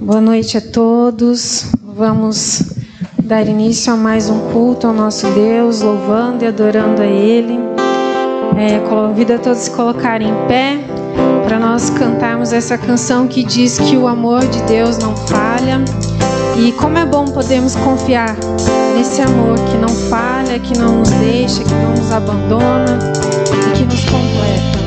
Boa noite a todos. Vamos dar início a mais um culto ao nosso Deus, louvando e adorando a Ele. Convido a todos a se colocarem em pé para nós cantarmos essa canção que diz que o amor de Deus não falha. E como é bom podermos confiar nesse amor que não falha, que não nos deixa, que não nos abandona e que nos completa.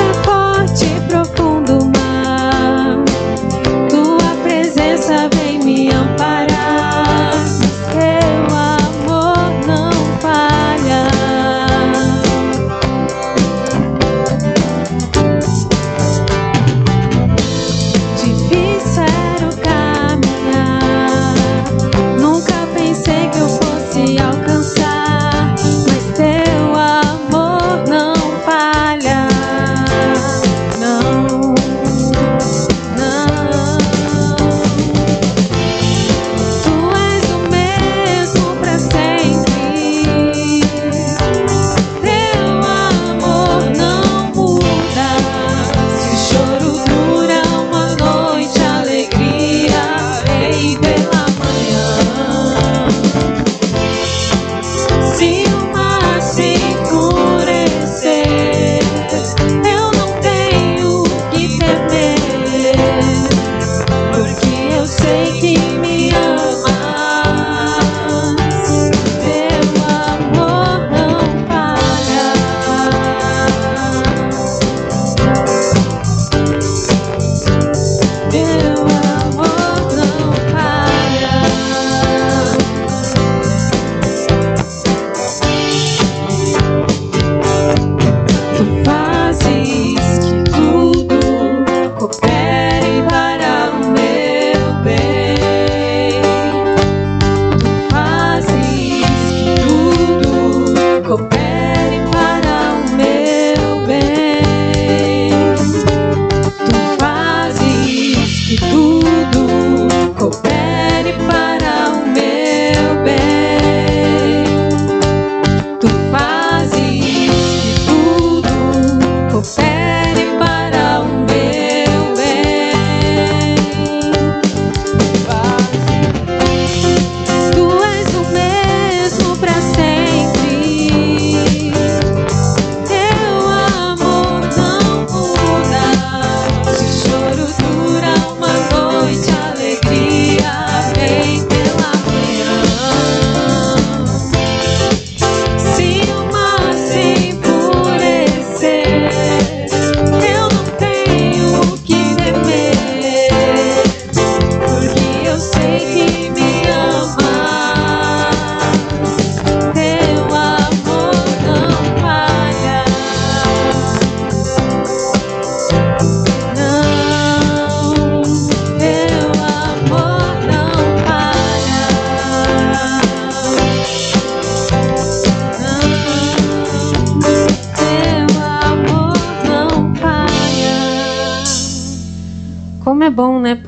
Vem me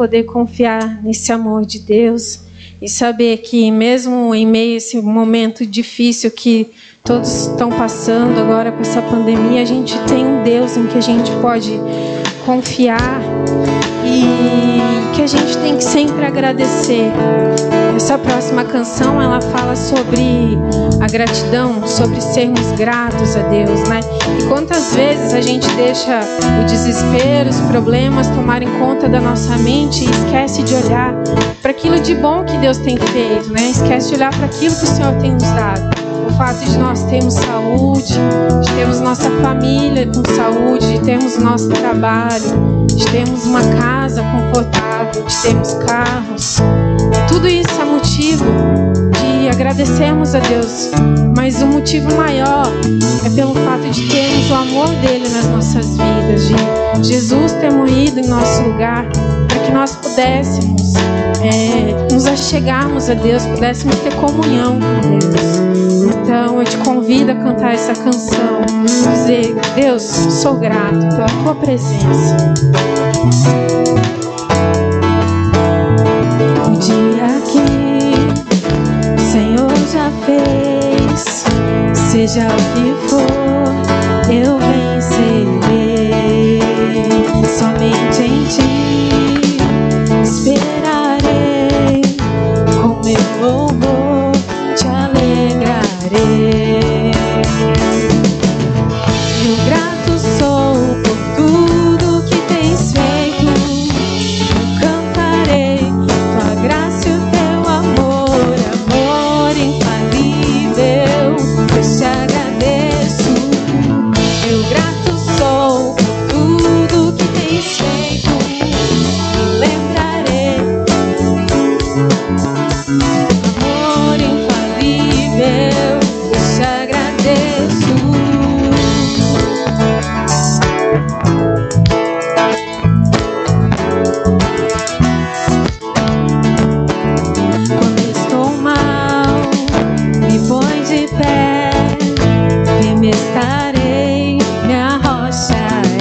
poder confiar nesse amor de Deus e saber que mesmo em meio a esse momento difícil que todos estão passando agora com essa pandemia, a gente tem um Deus em que a gente pode confiar e que a gente tem que sempre agradecer. Essa próxima canção, ela fala sobre a gratidão, sobre sermos gratos a Deus, né? E quantas vezes a gente deixa o desespero, os problemas tomarem conta da nossa mente e esquece de olhar para aquilo de bom que Deus tem feito, né? Esquece de olhar para aquilo que o Senhor tem nos dado. O fato de nós termos saúde, de termos nossa família com saúde, de termos nosso trabalho, de termos uma casa confortável, de termos carros. Tudo isso é motivo de agradecermos a Deus. Mas o motivo maior é pelo fato de termos o amor dele nas nossas vidas, de Jesus ter morrido em nosso lugar, para que nós pudéssemos nos achegarmos a Deus, pudéssemos ter comunhão com Deus. Então eu te convido a cantar essa canção, dizer: Deus, sou grato pela tua presença. O dia que o Senhor já fez, seja o que for, eu vencerei. Somente em ti esperarei, com meu louvor te alegrarei. Eu grato sou por tudo que tens feito. Eu cantarei tua graça e o teu amor, amor infalível. Eu te agradeço. Eu grato sou por tudo que tens feito. Me lembrarei, amor infalível. Eu te agradeço. Quando estou mal, me põe de pé, firme estarei, minha rocha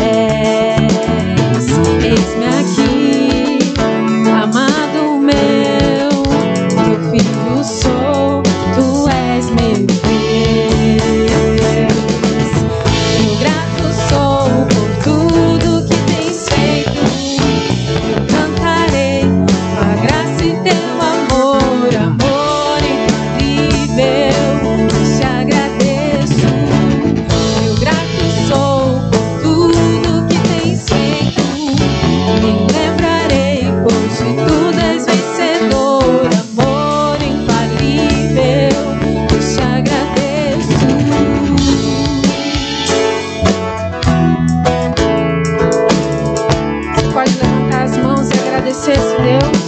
és. Eis-me aqui, amado meu, teu filho sou, tu és meu Deus. Eu grato sou por tudo que tens feito. Eu cantarei tua graça e teu amor, amor infalível. Eu te agradeço. Eu grato sou por tudo que tens feito. Me lembrarei, pois de tudo és vencedor, amor infalível. Eu te agradeço. Você pode levantar as mãos e agradecer esse Deus?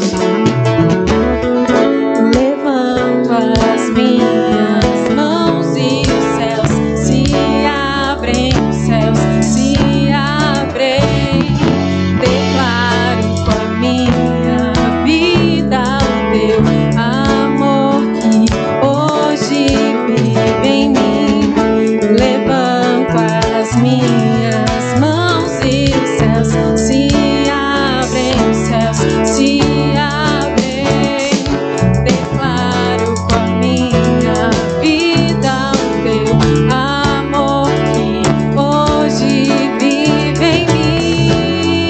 Levanto as minhas mãos e os céus se abrem, os céus se abrem. Declaro com a minha vida o teu amor que hoje vive em mim. Levanto as minhas mãos e os céus se abrem, os céus se abrem. Declaro com a minha vida o teu amor que hoje vive em mim.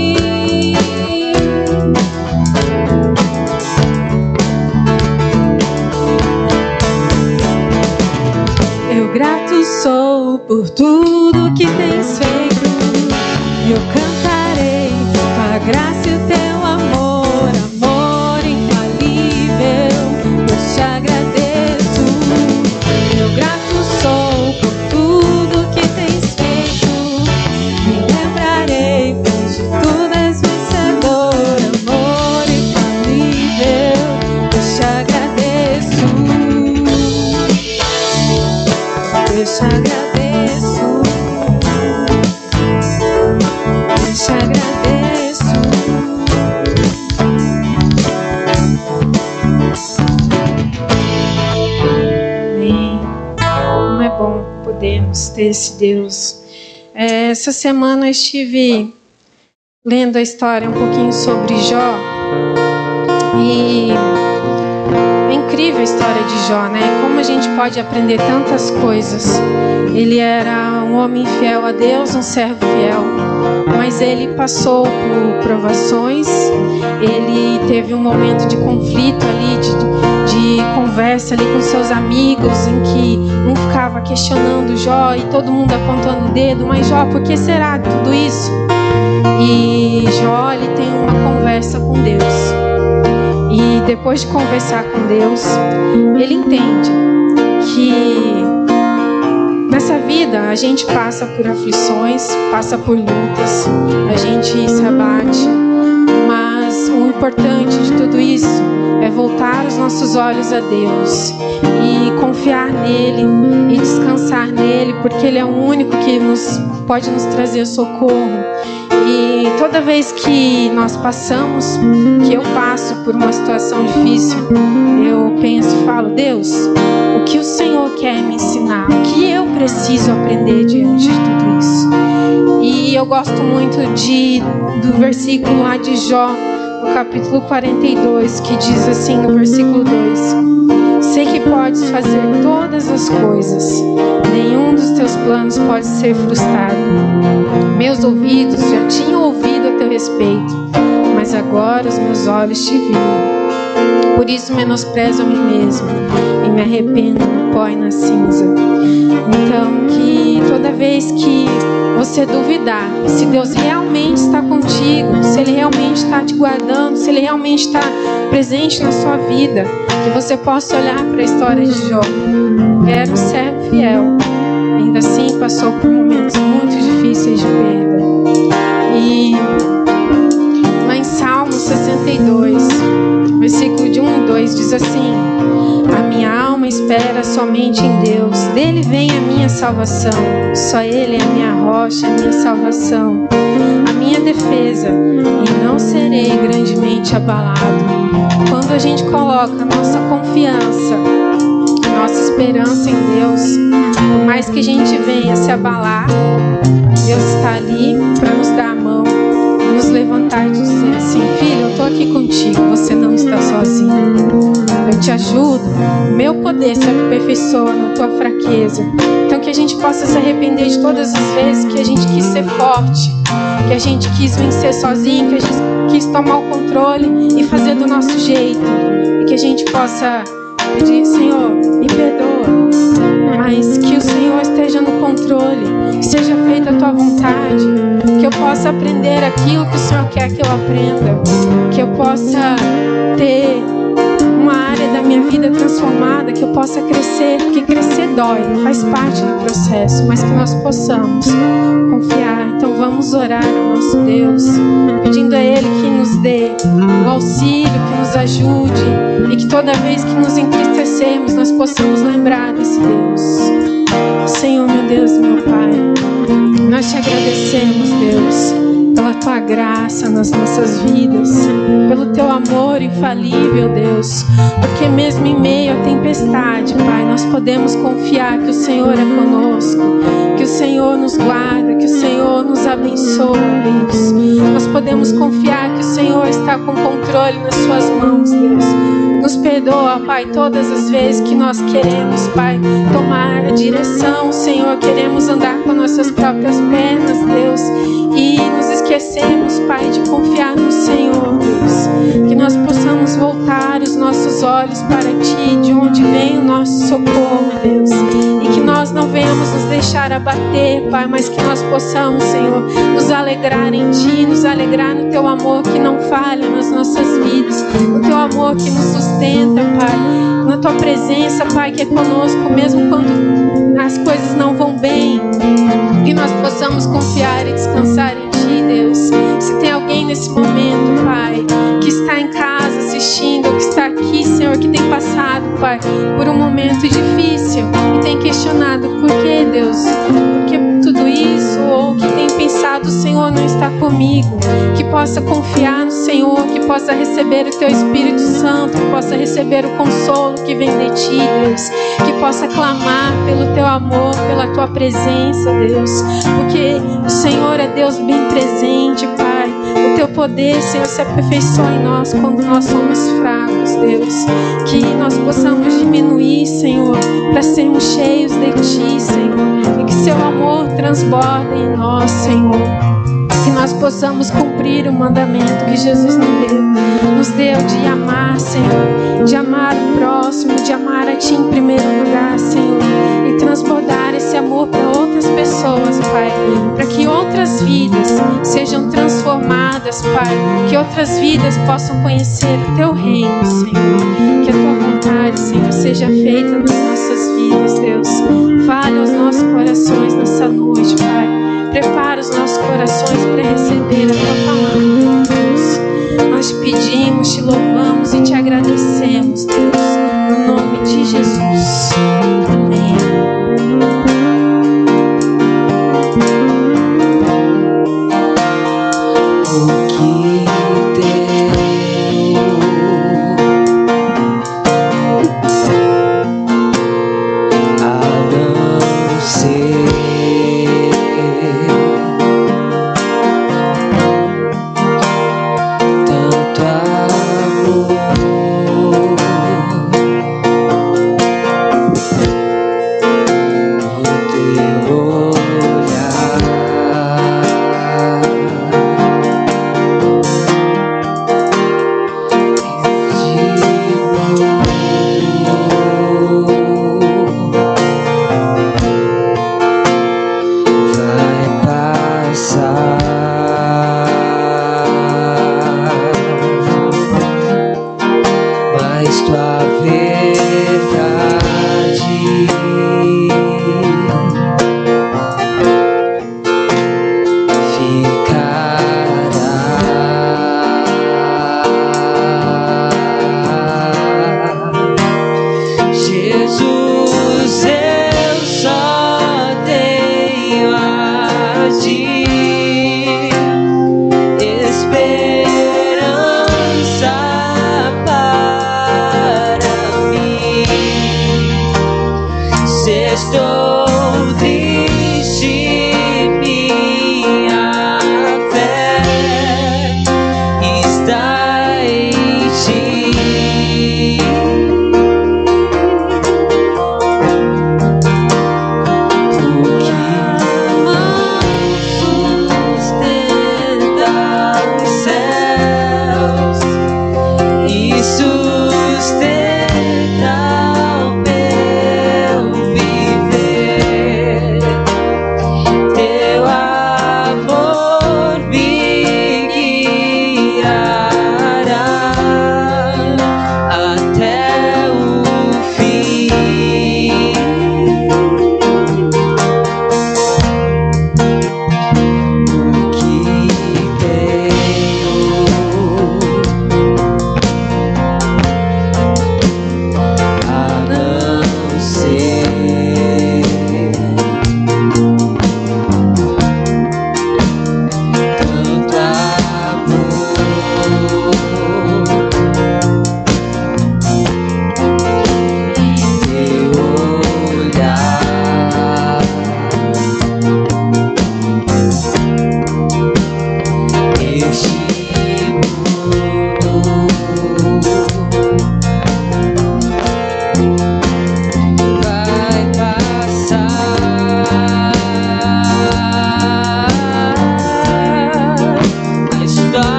Eu grato sou por tudo que tens feito. Eu cantarei tua graça e o teu amor, amor infalível. Eu te agradeço. Eu grato sou por tudo que tens feito. Me lembrarei, pois de tudo és vencedor, amor infalível. Eu te agradeço. Eu te agradeço. Eu te agradeço. Amém. Como é bom podermos ter esse Deus. Essa semana eu estive lendo a história um pouquinho sobre Jó. E é incrível a história de Jó, né? Como a gente pode aprender tantas coisas. Ele era um homem fiel a Deus, um servo fiel, mas ele passou por provações. Ele teve um momento de conflito ali, de conversa ali com seus amigos, em que um ficava questionando Jó e todo mundo apontando o dedo. Mas Jó, por que será tudo isso? E Jó, ele tem uma conversa com Deus. E depois de conversar com Deus, ele entende que nessa vida a gente passa por aflições, passa por lutas, a gente se abate, mas o importante de tudo isso é voltar os nossos olhos a Deus e confiar nele e descansar nele, porque ele é o único que pode nos trazer socorro. E toda vez que nós passamos, que eu passo por uma situação difícil, eu penso e falo: Deus, o que o Senhor quer me ensinar? O que eu preciso aprender diante de tudo isso? E eu gosto muito do versículo lá de Jó, no capítulo 42, que diz assim no versículo 2: sei que podes fazer todas as coisas, nenhum dos teus planos pode ser frustrado. Meus ouvidos já tinham ouvido a teu respeito, mas agora os meus olhos te viram. Por isso menosprezo a mim mesmo e me arrependo no pó e na cinza. Então, que toda vez que você duvidar se Deus realmente está contigo, se Ele realmente está te guardando, se Ele realmente está presente na sua vida, que você possa olhar para a história de Jó. Era um servo fiel, ainda assim passou por momentos muito difíceis de perda. E lá em Salmo 62, versículo de 1 e 2 diz assim: a minha alma espera somente em Deus, dele vem a minha salvação, só Ele é a minha rocha, a minha salvação, a minha defesa, e não serei grandemente abalado. Quando a gente coloca a nossa confiança, a nossa esperança em Deus, por mais que a gente venha se abalar, Deus está ali para nos dar a mão, nos levantar e dizer assim: filho, eu estou aqui contigo, você não está sozinho, eu te ajudo, o meu poder se aperfeiçoa na tua fraqueza. Então que a gente possa se arrepender de todas as vezes que a gente quis ser forte, que a gente quis vencer sozinho, que a gente quis tomar o controle e fazer do nosso jeito, e que a gente possa pedir: Senhor, me perdoa, mas que o Senhor esteja no controle, que seja feita a tua vontade, que eu possa aprender aquilo que o Senhor quer que eu aprenda, que eu possa ter uma área da minha vida transformada, que eu possa crescer, porque crescer dói, faz parte do processo, mas que nós possamos confiar. Então vamos orar ao nosso Deus, pedindo a Ele que nos dê o auxílio, que nos ajude, e que toda vez que nos entristecermos nós possamos lembrar desse Deus. Senhor, meu Deus, meu Pai, nós te agradecemos, Deus, pela tua graça nas nossas vidas, pelo teu amor infalível, Deus, porque mesmo em meio à tempestade, Pai, nós podemos confiar que o Senhor é conosco, que o Senhor nos guarda, que o Senhor nos abençoa, Deus. Nós podemos confiar que o Senhor está com controle nas suas mãos, Deus. Nos perdoa, Pai, todas as vezes que nós queremos, Pai, tomar a direção, Senhor, queremos andar com nossas próprias pernas, Deus, e nos esquecemos, Pai, de confiar no Senhor, Deus. Que nós possamos voltar os nossos olhos para Ti, de onde vem o nosso socorro, Deus. E que nós não venhamos nos deixar abater, Pai, mas que nós possamos, Senhor, nos alegrar em Ti, nos alegrar no Teu amor que não falha nas nossas vidas, no Teu amor que nos sustenta, Pai, na Tua presença, Pai, que é conosco, mesmo quando as coisas não vão bem. Que nós possamos confiar e descansar em Ti, Deus. Se tem alguém nesse momento, Pai, que está em casa assistindo, ou que está aqui, Senhor, que tem passado, Pai, por um momento difícil e tem questionado por que, Deus, por que tudo isso, ou que tem pensado: o Senhor não está comigo, que possa confiar no Senhor, que possa receber o Teu Espírito Santo, que possa receber o consolo que vem de Ti, Deus, que possa clamar pelo Teu amor, pela Tua presença, Deus, porque o Senhor é Deus bem presente, Pai. teu poder, Senhor, se aperfeiçoe em nós quando nós somos fracos, Deus. Que nós possamos diminuir, Senhor, para sermos cheios de Ti, Senhor. E que Seu amor transborde em nós, Senhor. Que nós possamos cumprir o mandamento que Jesus nos deu de amar, Senhor, de amar o próximo, de amar a Ti em primeiro lugar, Senhor, e transbordar esse amor para outras pessoas, Pai, para que outras vidas sejam transformadas, Pai, que outras vidas possam conhecer o Teu reino, Senhor, que a Tua vontade, Senhor, seja feita nas nossas vidas, Deus. Fale aos nossos corações nessa noite, Pai. Prepara os nossos corações para receber a Tua palavra, Deus. Nós te pedimos, te louvamos e te agradecemos, Deus. No nome de Jesus. Amém. Tanto amor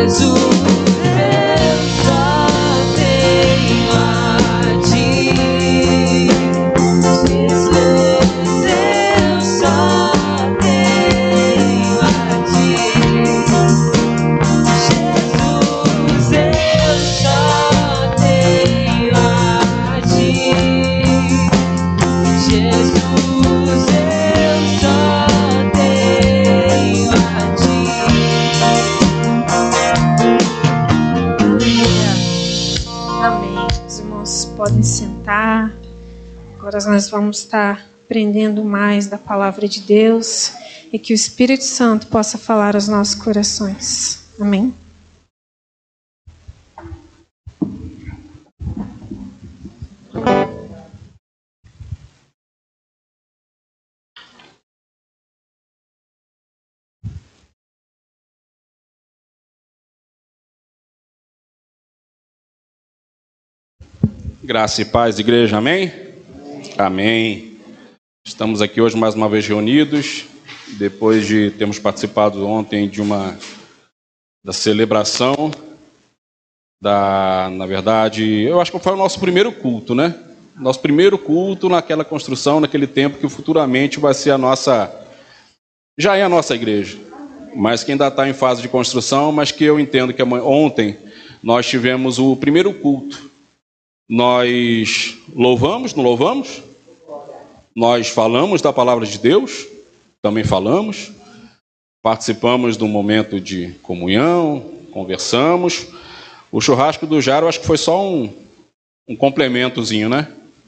Podem sentar. Agora nós vamos estar aprendendo mais da palavra de Deus e que o Espírito Santo possa falar aos nossos corações. Amém? Graça e paz, igreja, amém? Amém. Estamos aqui hoje mais uma vez reunidos, depois de termos participado ontem da celebração, na verdade, eu acho que foi o nosso primeiro culto, né? Nosso primeiro culto naquela construção, naquele tempo que futuramente vai ser já é a nossa igreja, mas que ainda está em fase de construção, mas que eu entendo que ontem nós tivemos o primeiro culto. Nós louvamos, não louvamos? Nós falamos da palavra de Deus, também falamos, participamos de um momento de comunhão, conversamos. O churrasco do Jairo, acho que foi só um complementozinho, né?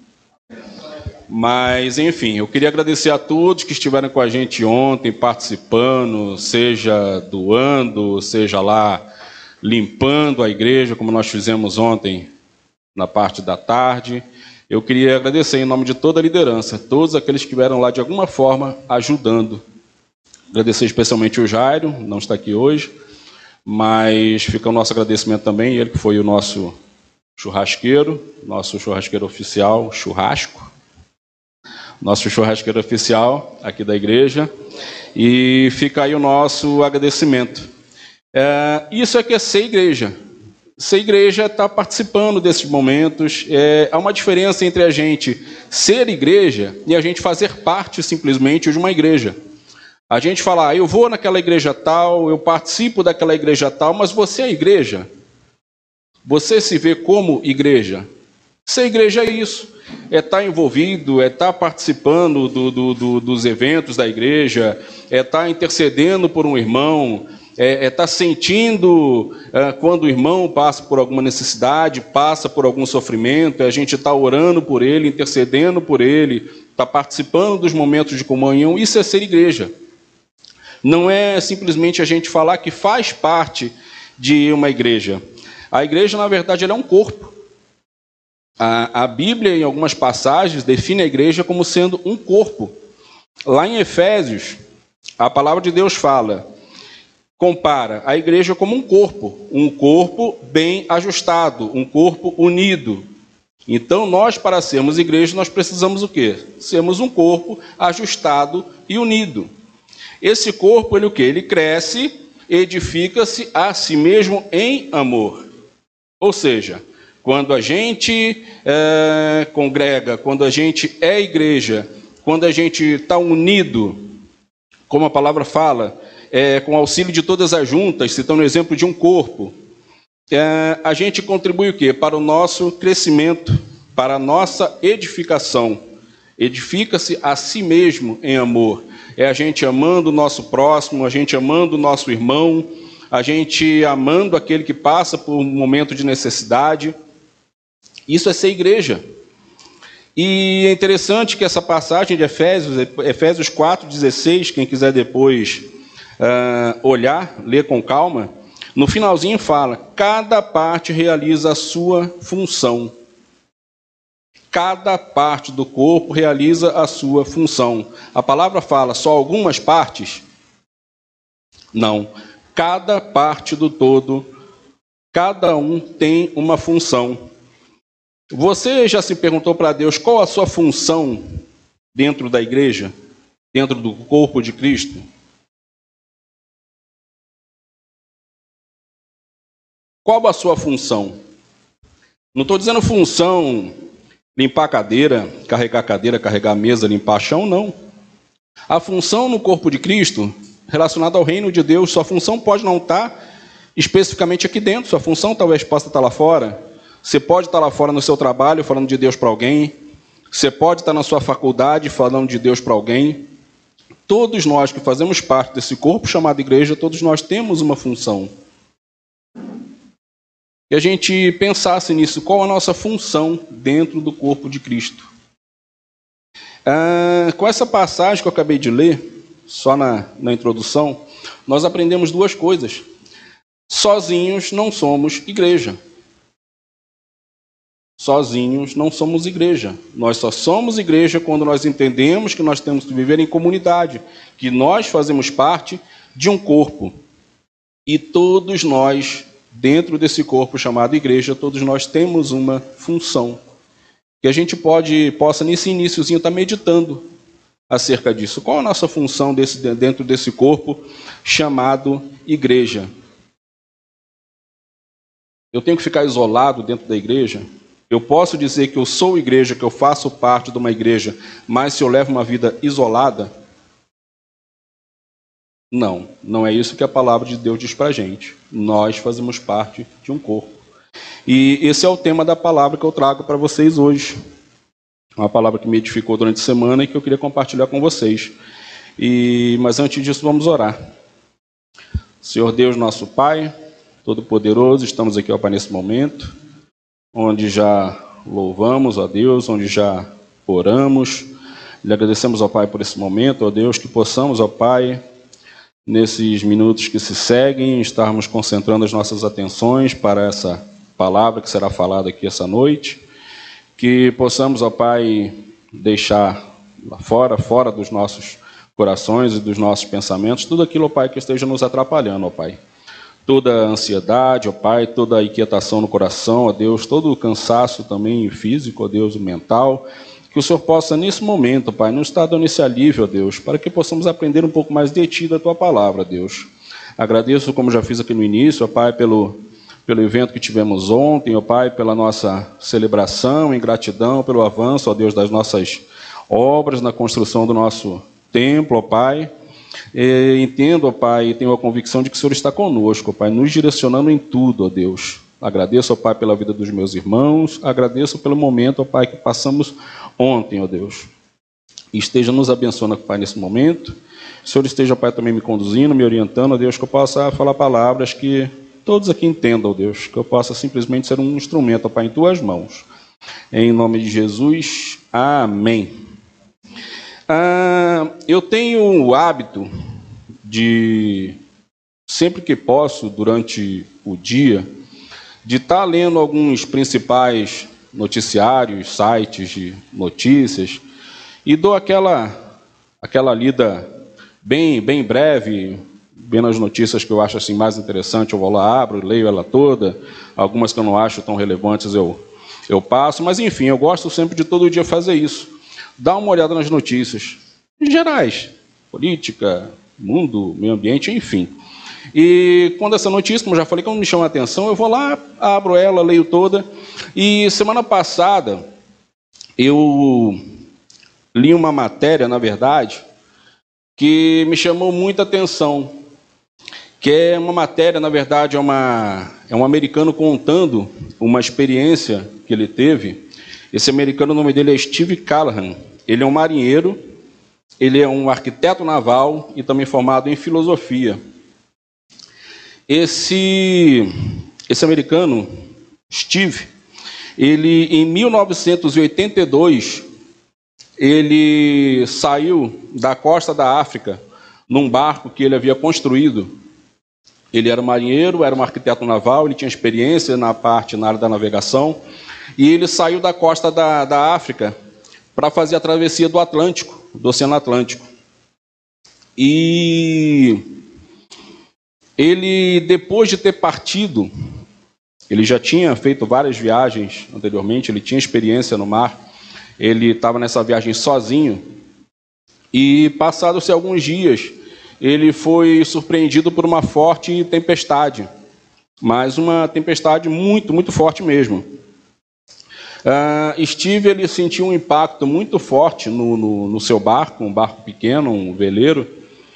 Mas, enfim, eu queria agradecer a todos que estiveram com a gente ontem, participando, seja doando, seja lá limpando a igreja, como nós fizemos ontem, na parte da tarde. Eu queria agradecer em nome de toda a liderança, todos aqueles que estiveram lá de alguma forma ajudando. Agradecer especialmente o Jairo, não está aqui hoje, mas fica o nosso agradecimento também, ele que foi o nosso churrasqueiro oficial, nosso churrasqueiro oficial aqui da igreja, e fica aí o nosso agradecimento. Isso é que é ser igreja. Ser igreja é estar participando desses momentos. Há uma diferença entre a gente ser igreja e a gente fazer parte simplesmente de uma igreja. A gente fala, eu vou naquela igreja tal, eu participo daquela igreja tal, mas você é igreja? Você se vê como igreja? Ser igreja é isso, é estar envolvido, é estar participando dos eventos da igreja, é estar intercedendo por um irmão, é estar sentindo quando o irmão passa por alguma necessidade, passa por algum sofrimento, a gente está orando por ele, intercedendo por ele, está participando dos momentos de comunhão. Isso é ser igreja. Não é simplesmente a gente falar que faz parte de uma igreja. A igreja, na verdade, ela é um corpo. A Bíblia, em algumas passagens, define a igreja como sendo um corpo. Lá em Efésios, a palavra de Deus compara a igreja como um corpo bem ajustado, um corpo unido. Então, nós, para sermos igreja, nós precisamos o quê? Sermos um corpo ajustado e unido. Esse corpo, ele o quê? Ele cresce, edifica-se a si mesmo em amor. Ou seja, quando a gente congrega, quando a gente é igreja, quando a gente está unido, como a palavra fala, com o auxílio de todas as juntas, citando o exemplo de um corpo, a gente contribui o quê? Para o nosso crescimento, para a nossa edificação. Edifica-se a si mesmo em amor. É a gente amando o nosso próximo, a gente amando o nosso irmão, a gente amando aquele que passa por um momento de necessidade. Isso é ser igreja. E é interessante que essa passagem de Efésios 4,16, quem quiser depois olhar, ler com calma, no finalzinho fala, cada parte realiza a sua função. Cada parte do corpo realiza a sua função. A palavra fala só algumas partes? Não. Cada parte do todo, cada um tem uma função. Você já se perguntou para Deus qual a sua função dentro da igreja, dentro do corpo de Cristo? Qual a sua função? Não estou dizendo função limpar a cadeira, carregar a mesa, limpar chão, não. A função no corpo de Cristo, relacionada ao reino de Deus, sua função pode não estar especificamente aqui dentro, sua função talvez possa estar lá fora. Você pode estar lá fora no seu trabalho, falando de Deus para alguém. Você pode estar na sua faculdade, falando de Deus para alguém. Todos nós que fazemos parte desse corpo chamado igreja, todos nós temos uma função. E a gente pensasse nisso, qual a nossa função dentro do corpo de Cristo. Com essa passagem que eu acabei de ler, só na introdução, nós aprendemos duas coisas. Sozinhos não somos igreja. Sozinhos não somos igreja. Nós só somos igreja quando nós entendemos que nós temos que viver em comunidade, que nós fazemos parte de um corpo. E todos nós, dentro desse corpo chamado igreja, todos nós temos uma função. Que a gente possa nesse iniciozinho estar meditando acerca disso. Qual a nossa função dentro desse corpo chamado igreja? Eu tenho que ficar isolado dentro da igreja? Eu posso dizer que eu sou igreja, que eu faço parte de uma igreja, mas se eu levo uma vida isolada? Não, não é isso que a palavra de Deus diz para a gente. Nós fazemos parte de um corpo. E esse é o tema da palavra que eu trago para vocês hoje. Uma palavra que me edificou durante a semana e que eu queria compartilhar com vocês. Mas antes disso, vamos orar. Senhor Deus, nosso Pai, Todo-Poderoso, estamos aqui, ó Pai, nesse momento, onde já louvamos a Deus, onde já oramos. Lhe agradecemos, ó Pai, por esse momento, ó Deus, que possamos, ó Pai, nesses minutos que se seguem, estarmos concentrando as nossas atenções para essa palavra que será falada aqui essa noite, que possamos, ó Pai, deixar lá fora dos nossos corações e dos nossos pensamentos, tudo aquilo, ó Pai, que esteja nos atrapalhando, ó Pai. Toda a ansiedade, ó Pai, toda a inquietação no coração, ó Deus, todo o cansaço também físico, ó Deus, o mental, que o Senhor possa, nesse momento, Pai, nos estar dando esse alívio, ó Deus, para que possamos aprender um pouco mais de Ti, da Tua palavra, Deus. Agradeço, como já fiz aqui no início, ó Pai, pelo evento que tivemos ontem, ó Pai, pela nossa celebração, em gratidão, pelo avanço, ó Deus, das nossas obras, na construção do nosso templo, ó Pai. Entendo, ó Pai, e tenho a convicção de que o Senhor está conosco, ó Pai, nos direcionando em tudo, ó Deus. Agradeço, ó Pai, pela vida dos meus irmãos, agradeço pelo momento, ó Pai, que passamos ontem, ó Deus. E esteja nos abençoando, ó Pai, nesse momento. O Senhor esteja, ó Pai, também me conduzindo, me orientando, ó Deus, que eu possa falar palavras que todos aqui entendam, ó Deus, que eu possa simplesmente ser um instrumento, ó Pai, em Tuas mãos. Em nome de Jesus, amém. Eu tenho o hábito de, sempre que posso, durante o dia, de estar lendo alguns principais noticiários, sites de notícias, e dou aquela lida bem breve, vendo as notícias que eu acho assim mais interessante, eu vou lá, abro, leio ela toda, algumas que eu não acho tão relevantes eu passo, mas enfim, eu gosto sempre de todo dia fazer isso. Dá uma olhada nas notícias, em gerais, política, mundo, meio ambiente, enfim. E quando essa notícia, como eu já falei, quando me chama a atenção, eu vou lá, abro ela, leio toda. E semana passada, eu li uma matéria, na verdade, que me chamou muita atenção. Que é uma matéria, na verdade, é um americano contando uma experiência que ele teve. Esse americano, o nome dele é Steve Callahan. Ele é um marinheiro, ele é um arquiteto naval e também formado em filosofia. Esse americano, Steve, ele em 1982, ele saiu da costa da África num barco que ele havia construído. Ele era marinheiro, era um arquiteto naval, ele tinha experiência na área da navegação, e ele saiu da costa da África para fazer a travessia do Atlântico, do Oceano Atlântico. E ele, depois de ter partido, ele já tinha feito várias viagens anteriormente, ele tinha experiência no mar, ele estava nessa viagem sozinho, e passados-se alguns dias, ele foi surpreendido por uma forte tempestade. mas uma tempestade muito, muito forte mesmo. Steve ele sentiu um impacto muito forte no seu barco, um barco pequeno, um veleiro,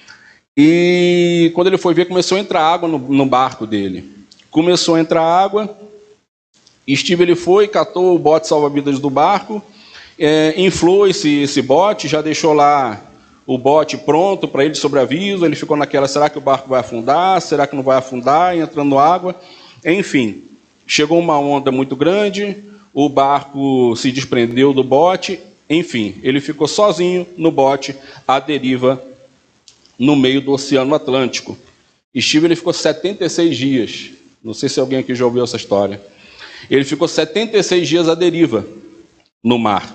e quando ele foi ver, começou a entrar água no barco dele. Começou a entrar água, Steve ele foi, catou o bote salva-vidas do barco, inflou esse bote, já deixou lá o bote pronto para ele de sobreaviso. Ele ficou naquela, será que o barco vai afundar? Será que não vai afundar? Entrando água. Enfim, chegou uma onda muito grande, o barco se desprendeu do bote, enfim, ele ficou sozinho no bote, à deriva, no meio do Oceano Atlântico. Steve ele ficou 76 dias, não sei se alguém aqui já ouviu essa história. Ele ficou 76 dias à deriva no mar.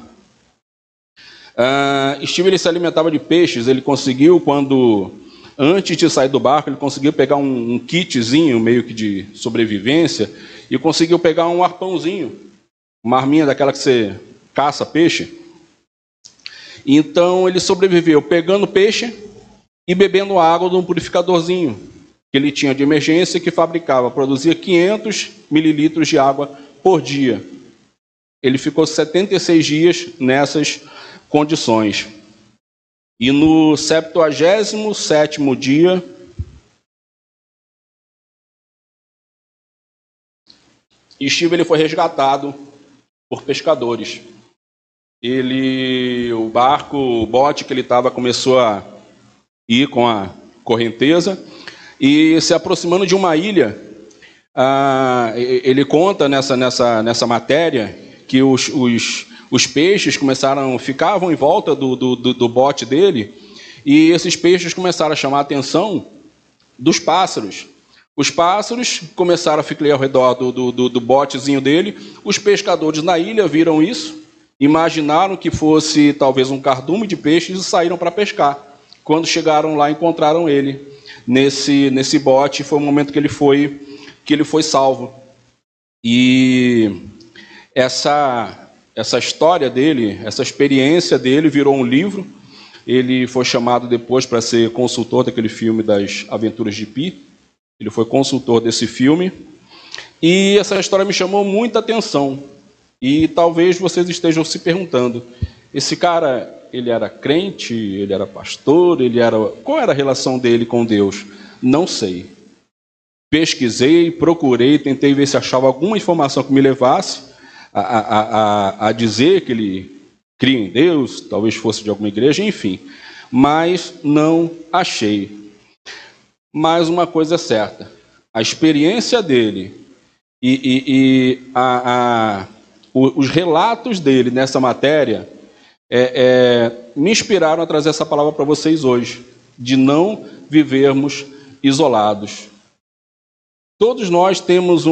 Steve ele se alimentava de peixes. Ele conseguiu, antes de sair do barco, ele conseguiu pegar um kitzinho meio que de sobrevivência e conseguiu pegar um arpãozinho, uma arminha daquela que você caça peixe. Então ele sobreviveu pegando peixe e bebendo água de um purificadorzinho que ele tinha de emergência, que produzia 500 mililitros de água por dia. Ele ficou 76 dias nessas condições. E no 77º dia, Steve ele foi resgatado por pescadores. O bote que ele estava começou a ir com a correnteza e se aproximando de uma ilha. Ele conta nessa matéria que os peixes ficavam em volta do bote dele, e esses peixes começaram a chamar a atenção dos pássaros. Os pássaros começaram a ficar ao redor do botezinho dele. Os pescadores na ilha viram isso, imaginaram que fosse talvez um cardume de peixes e saíram para pescar. Quando chegaram lá, encontraram ele nesse bote. Foi o momento que ele foi salvo. E essa história dele, essa experiência dele virou um livro. Ele foi chamado depois para ser consultor daquele filme das Aventuras de Pi. Ele foi consultor desse filme. E essa história me chamou muita atenção. E talvez vocês estejam se perguntando, esse cara, ele era crente, ele era pastor, qual era a relação dele com Deus? Não sei. Pesquisei, procurei, tentei ver se achava alguma informação que me levasse a dizer que ele cria em Deus, talvez fosse de alguma igreja, enfim. Mas não achei. Mas uma coisa é certa, a experiência dele os relatos dele nessa matéria me inspiraram a trazer essa palavra para vocês hoje, de não vivermos isolados. Todos nós temos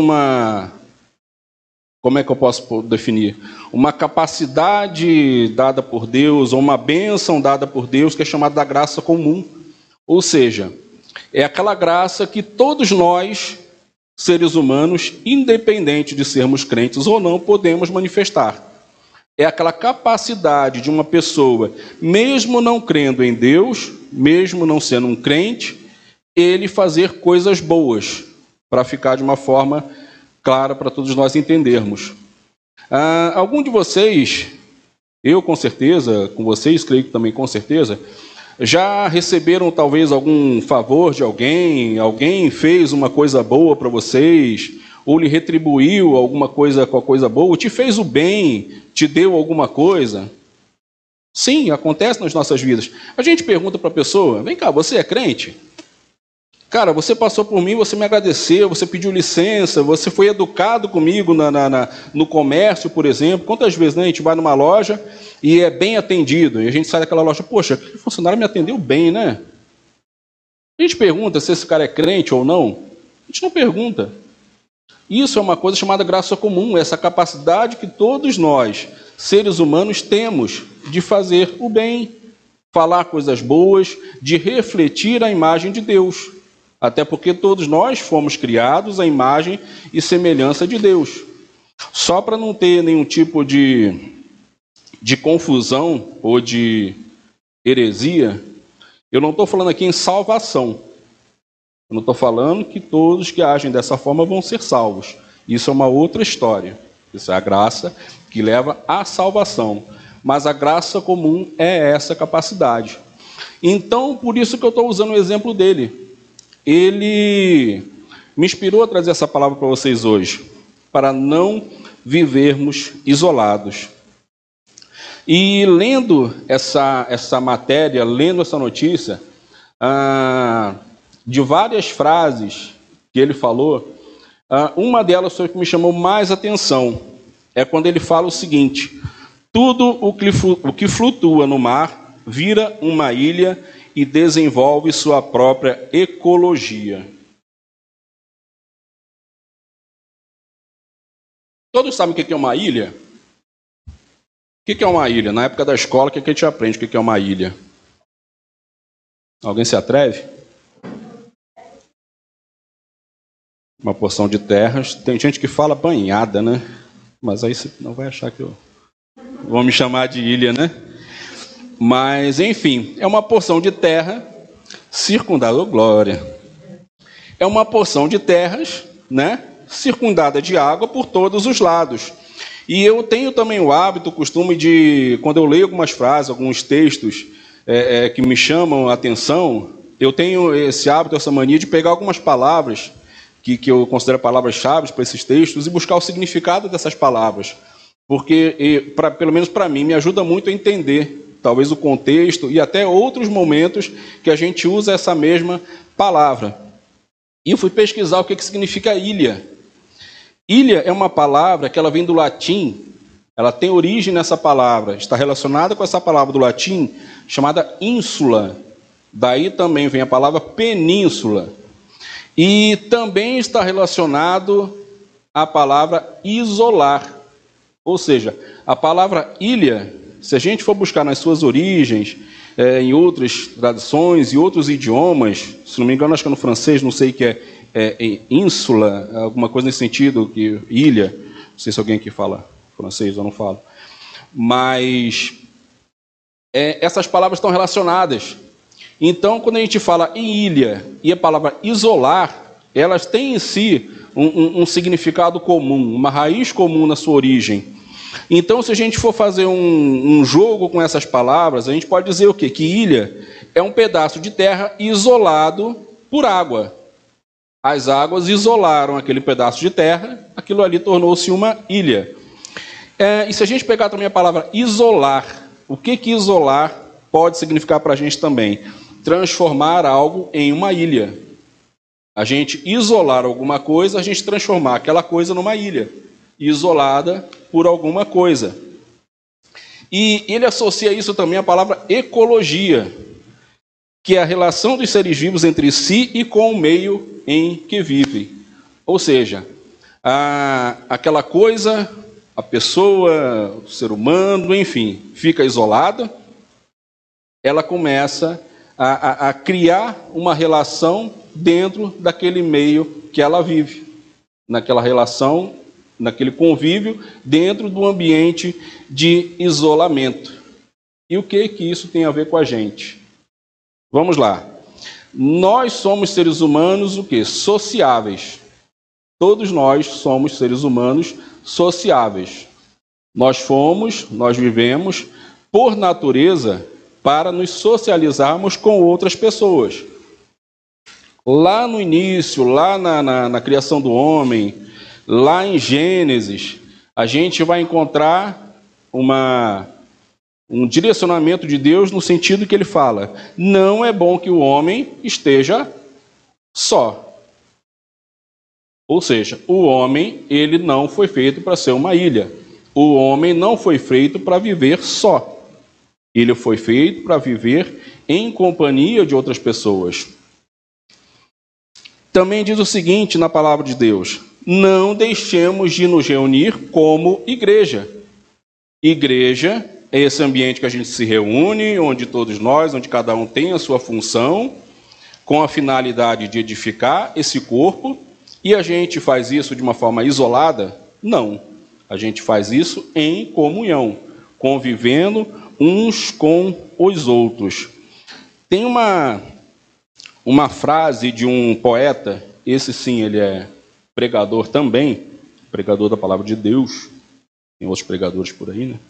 como é que eu posso definir? Uma capacidade dada por Deus, ou uma bênção dada por Deus, que é chamada da graça comum. Ou seja, é aquela graça que todos nós, seres humanos, independente de sermos crentes ou não, podemos manifestar. É aquela capacidade de uma pessoa, mesmo não crendo em Deus, mesmo não sendo um crente, ele fazer coisas boas, para ficar de uma forma clara para todos nós entendermos. Algum de vocês, eu com certeza, com vocês, creio que também com certeza, já receberam talvez algum favor de alguém fez uma coisa boa para vocês, ou lhe retribuiu alguma coisa com a coisa boa, ou te fez o bem, te deu alguma coisa? Sim, acontece nas nossas vidas. A gente pergunta para a pessoa, vem cá, você é crente? Cara, você passou por mim, você me agradeceu, você pediu licença, você foi educado comigo no comércio, por exemplo. Quantas vezes, né, a gente vai numa loja e é bem atendido, e a gente sai daquela loja, poxa, aquele funcionário me atendeu bem, né? A gente pergunta se esse cara é crente ou não? A gente não pergunta. Isso é uma coisa chamada graça comum, essa capacidade que todos nós, seres humanos, temos de fazer o bem, falar coisas boas, de refletir a imagem de Deus. Até porque todos nós fomos criados à imagem e semelhança de Deus. Só para não ter nenhum tipo de confusão ou de heresia, eu não estou falando aqui em salvação. Eu não estou falando que todos que agem dessa forma vão ser salvos. Isso é uma outra história. Isso é a graça que leva à salvação. Mas a graça comum é essa capacidade. Então, por isso que eu estou usando o exemplo dele. Ele me inspirou a trazer essa palavra para vocês hoje, para não vivermos isolados. E lendo essa matéria, lendo essa notícia, de várias frases que ele falou, uma delas foi que me chamou mais atenção. É quando ele fala o seguinte: tudo o que flutua no mar vira uma ilha e desenvolve sua própria ecologia. Todos sabem o que é uma ilha? O que é uma ilha? Na época da escola, o que a gente aprende? O que é uma ilha? Alguém se atreve? Uma porção de terras. Tem gente que fala banhada, né? Mas aí você não vai achar que eu vou me chamar de ilha, né? Mas, enfim, é uma porção de terra circundada, oh, glória. É uma porção de terras, né? Circundada de água por todos os lados. E eu tenho também o hábito, o costume de, quando eu leio algumas frases, alguns textos que me chamam a atenção, eu tenho esse hábito, essa mania de pegar algumas palavras que eu considero palavras-chave para esses textos e buscar o significado dessas palavras. Porque, pelo menos para mim, me ajuda muito a entender, talvez, o contexto e até outros momentos que a gente usa essa mesma palavra. E eu fui pesquisar o que significa ilha. Ilha é uma palavra que ela vem do latim, ela tem origem nessa palavra, está relacionada com essa palavra do latim, chamada ínsula. Daí também vem a palavra península. E também está relacionado à palavra isolar. Ou seja, a palavra ilha, se a gente for buscar nas suas origens, em outras traduções e outros idiomas, se não me engano, acho que é no francês, não sei o que é ínsula, alguma coisa nesse sentido, que ilha, não sei se alguém aqui fala francês ou não fala, mas essas palavras estão relacionadas. Então, quando a gente fala em ilha e a palavra isolar, elas têm em si um significado comum, uma raiz comum na sua origem. Então, se a gente for fazer um jogo com essas palavras, a gente pode dizer o quê? Que ilha é um pedaço de terra isolado por água. As águas isolaram aquele pedaço de terra, aquilo ali tornou-se uma ilha. E se a gente pegar também a palavra isolar, o que isolar pode significar para a gente também? Transformar algo em uma ilha. A gente isolar alguma coisa, a gente transformar aquela coisa numa ilha, isolada por alguma coisa. E ele associa isso também à palavra ecologia, que é a relação dos seres vivos entre si e com o meio em que vivem. Ou seja, aquela coisa, a pessoa, o ser humano, enfim, fica isolada, ela começa a criar uma relação dentro daquele meio que ela vive, naquela relação, naquele convívio, dentro do ambiente de isolamento. E o que isso tem a ver com a gente? Vamos lá. Nós somos seres humanos o quê? Sociáveis. Todos nós somos seres humanos sociáveis. Nós vivemos, por natureza, para nos socializarmos com outras pessoas. Lá no início, lá na criação do homem, lá em Gênesis, a gente vai encontrar um direcionamento de Deus no sentido que ele fala: não é bom que o homem esteja só. Ou seja, o homem, ele não foi feito para ser uma ilha. O homem não foi feito para viver só. Ele foi feito para viver em companhia de outras pessoas. Também diz o seguinte na palavra de Deus: não deixemos de nos reunir como igreja. Igreja é esse ambiente que a gente se reúne, onde todos nós, onde cada um tem a sua função, com a finalidade de edificar esse corpo. E a gente faz isso de uma forma isolada? Não. A gente faz isso em comunhão, convivendo uns com os outros. Tem uma frase de um poeta, esse sim, ele é pregador também, pregador da palavra de Deus, tem outros pregadores por aí, né?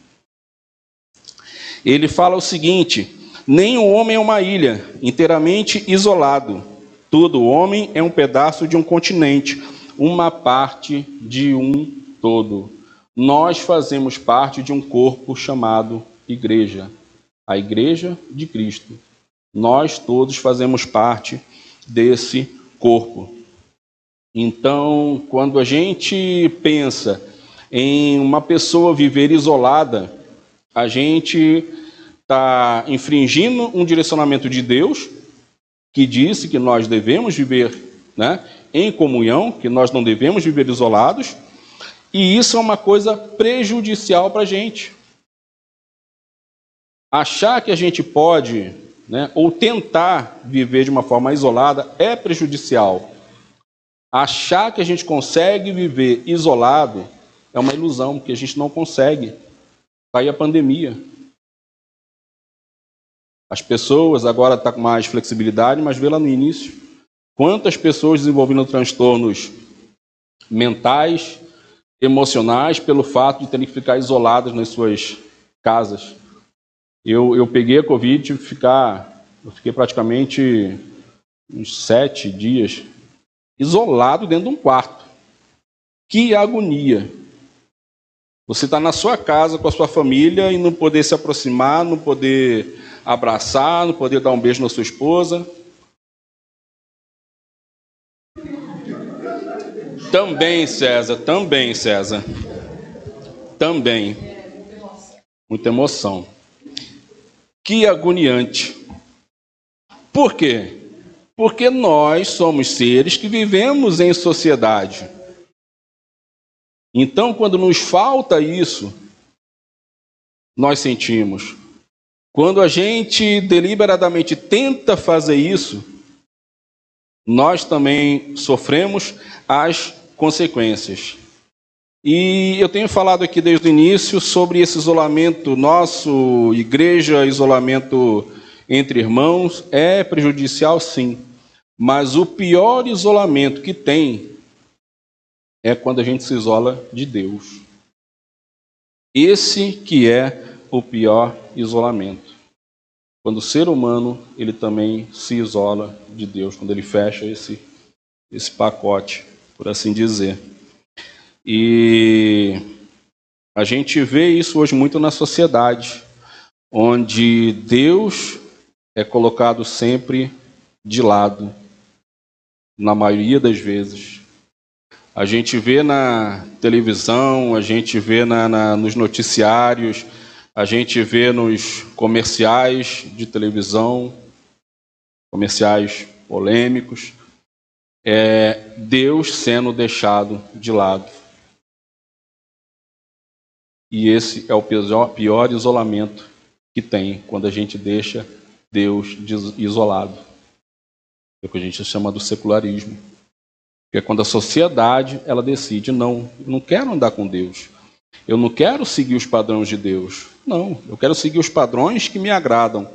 Ele fala o seguinte: nem o homem é uma ilha, inteiramente isolado. Todo homem é um pedaço de um continente, uma parte de um todo. Nós fazemos parte de um corpo chamado igreja, a igreja de Cristo. Nós todos fazemos parte desse corpo. Então, quando a gente pensa em uma pessoa viver isolada, a gente está infringindo um direcionamento de Deus, que disse que nós devemos viver, né, em comunhão, que nós não devemos viver isolados, e isso é uma coisa prejudicial para a gente. Achar que a gente pode, né, ou tentar viver de uma forma isolada é prejudicial. Achar que a gente consegue viver isolado é uma ilusão, porque a gente não consegue. Está aí a pandemia. As pessoas agora estão com mais flexibilidade, mas vê lá no início quantas pessoas desenvolvendo transtornos mentais, emocionais, pelo fato de terem que ficar isoladas nas suas casas. Eu peguei a Covid, eu fiquei praticamente uns 7 dias isolado dentro de um quarto. Que agonia! Você está na sua casa com a sua família e não poder se aproximar, não poder abraçar, não poder dar um beijo na sua esposa. Também, César. Também. Muita emoção. Que agoniante. Por quê? Porque nós somos seres que vivemos em sociedade. Então, quando nos falta isso, nós sentimos. Quando a gente deliberadamente tenta fazer isso, nós também sofremos as consequências. E eu tenho falado aqui desde o início sobre esse isolamento nosso, igreja, isolamento entre irmãos, é prejudicial sim. Mas o pior isolamento que tem é quando a gente se isola de Deus. Esse que é o pior isolamento. Quando o ser humano, ele também se isola de Deus, quando ele fecha esse pacote, por assim dizer. E a gente vê isso hoje muito na sociedade, onde Deus é colocado sempre de lado, na maioria das vezes. A gente vê na televisão, a gente vê nos noticiários, a gente vê nos comerciais de televisão, comerciais polêmicos, Deus sendo deixado de lado. E esse é o pior isolamento que tem, quando a gente deixa Deus isolado. É o que a gente chama do secularismo. Que é quando a sociedade ela decide, não quero andar com Deus. Eu não quero seguir os padrões de Deus. Não, eu quero seguir os padrões que me agradam.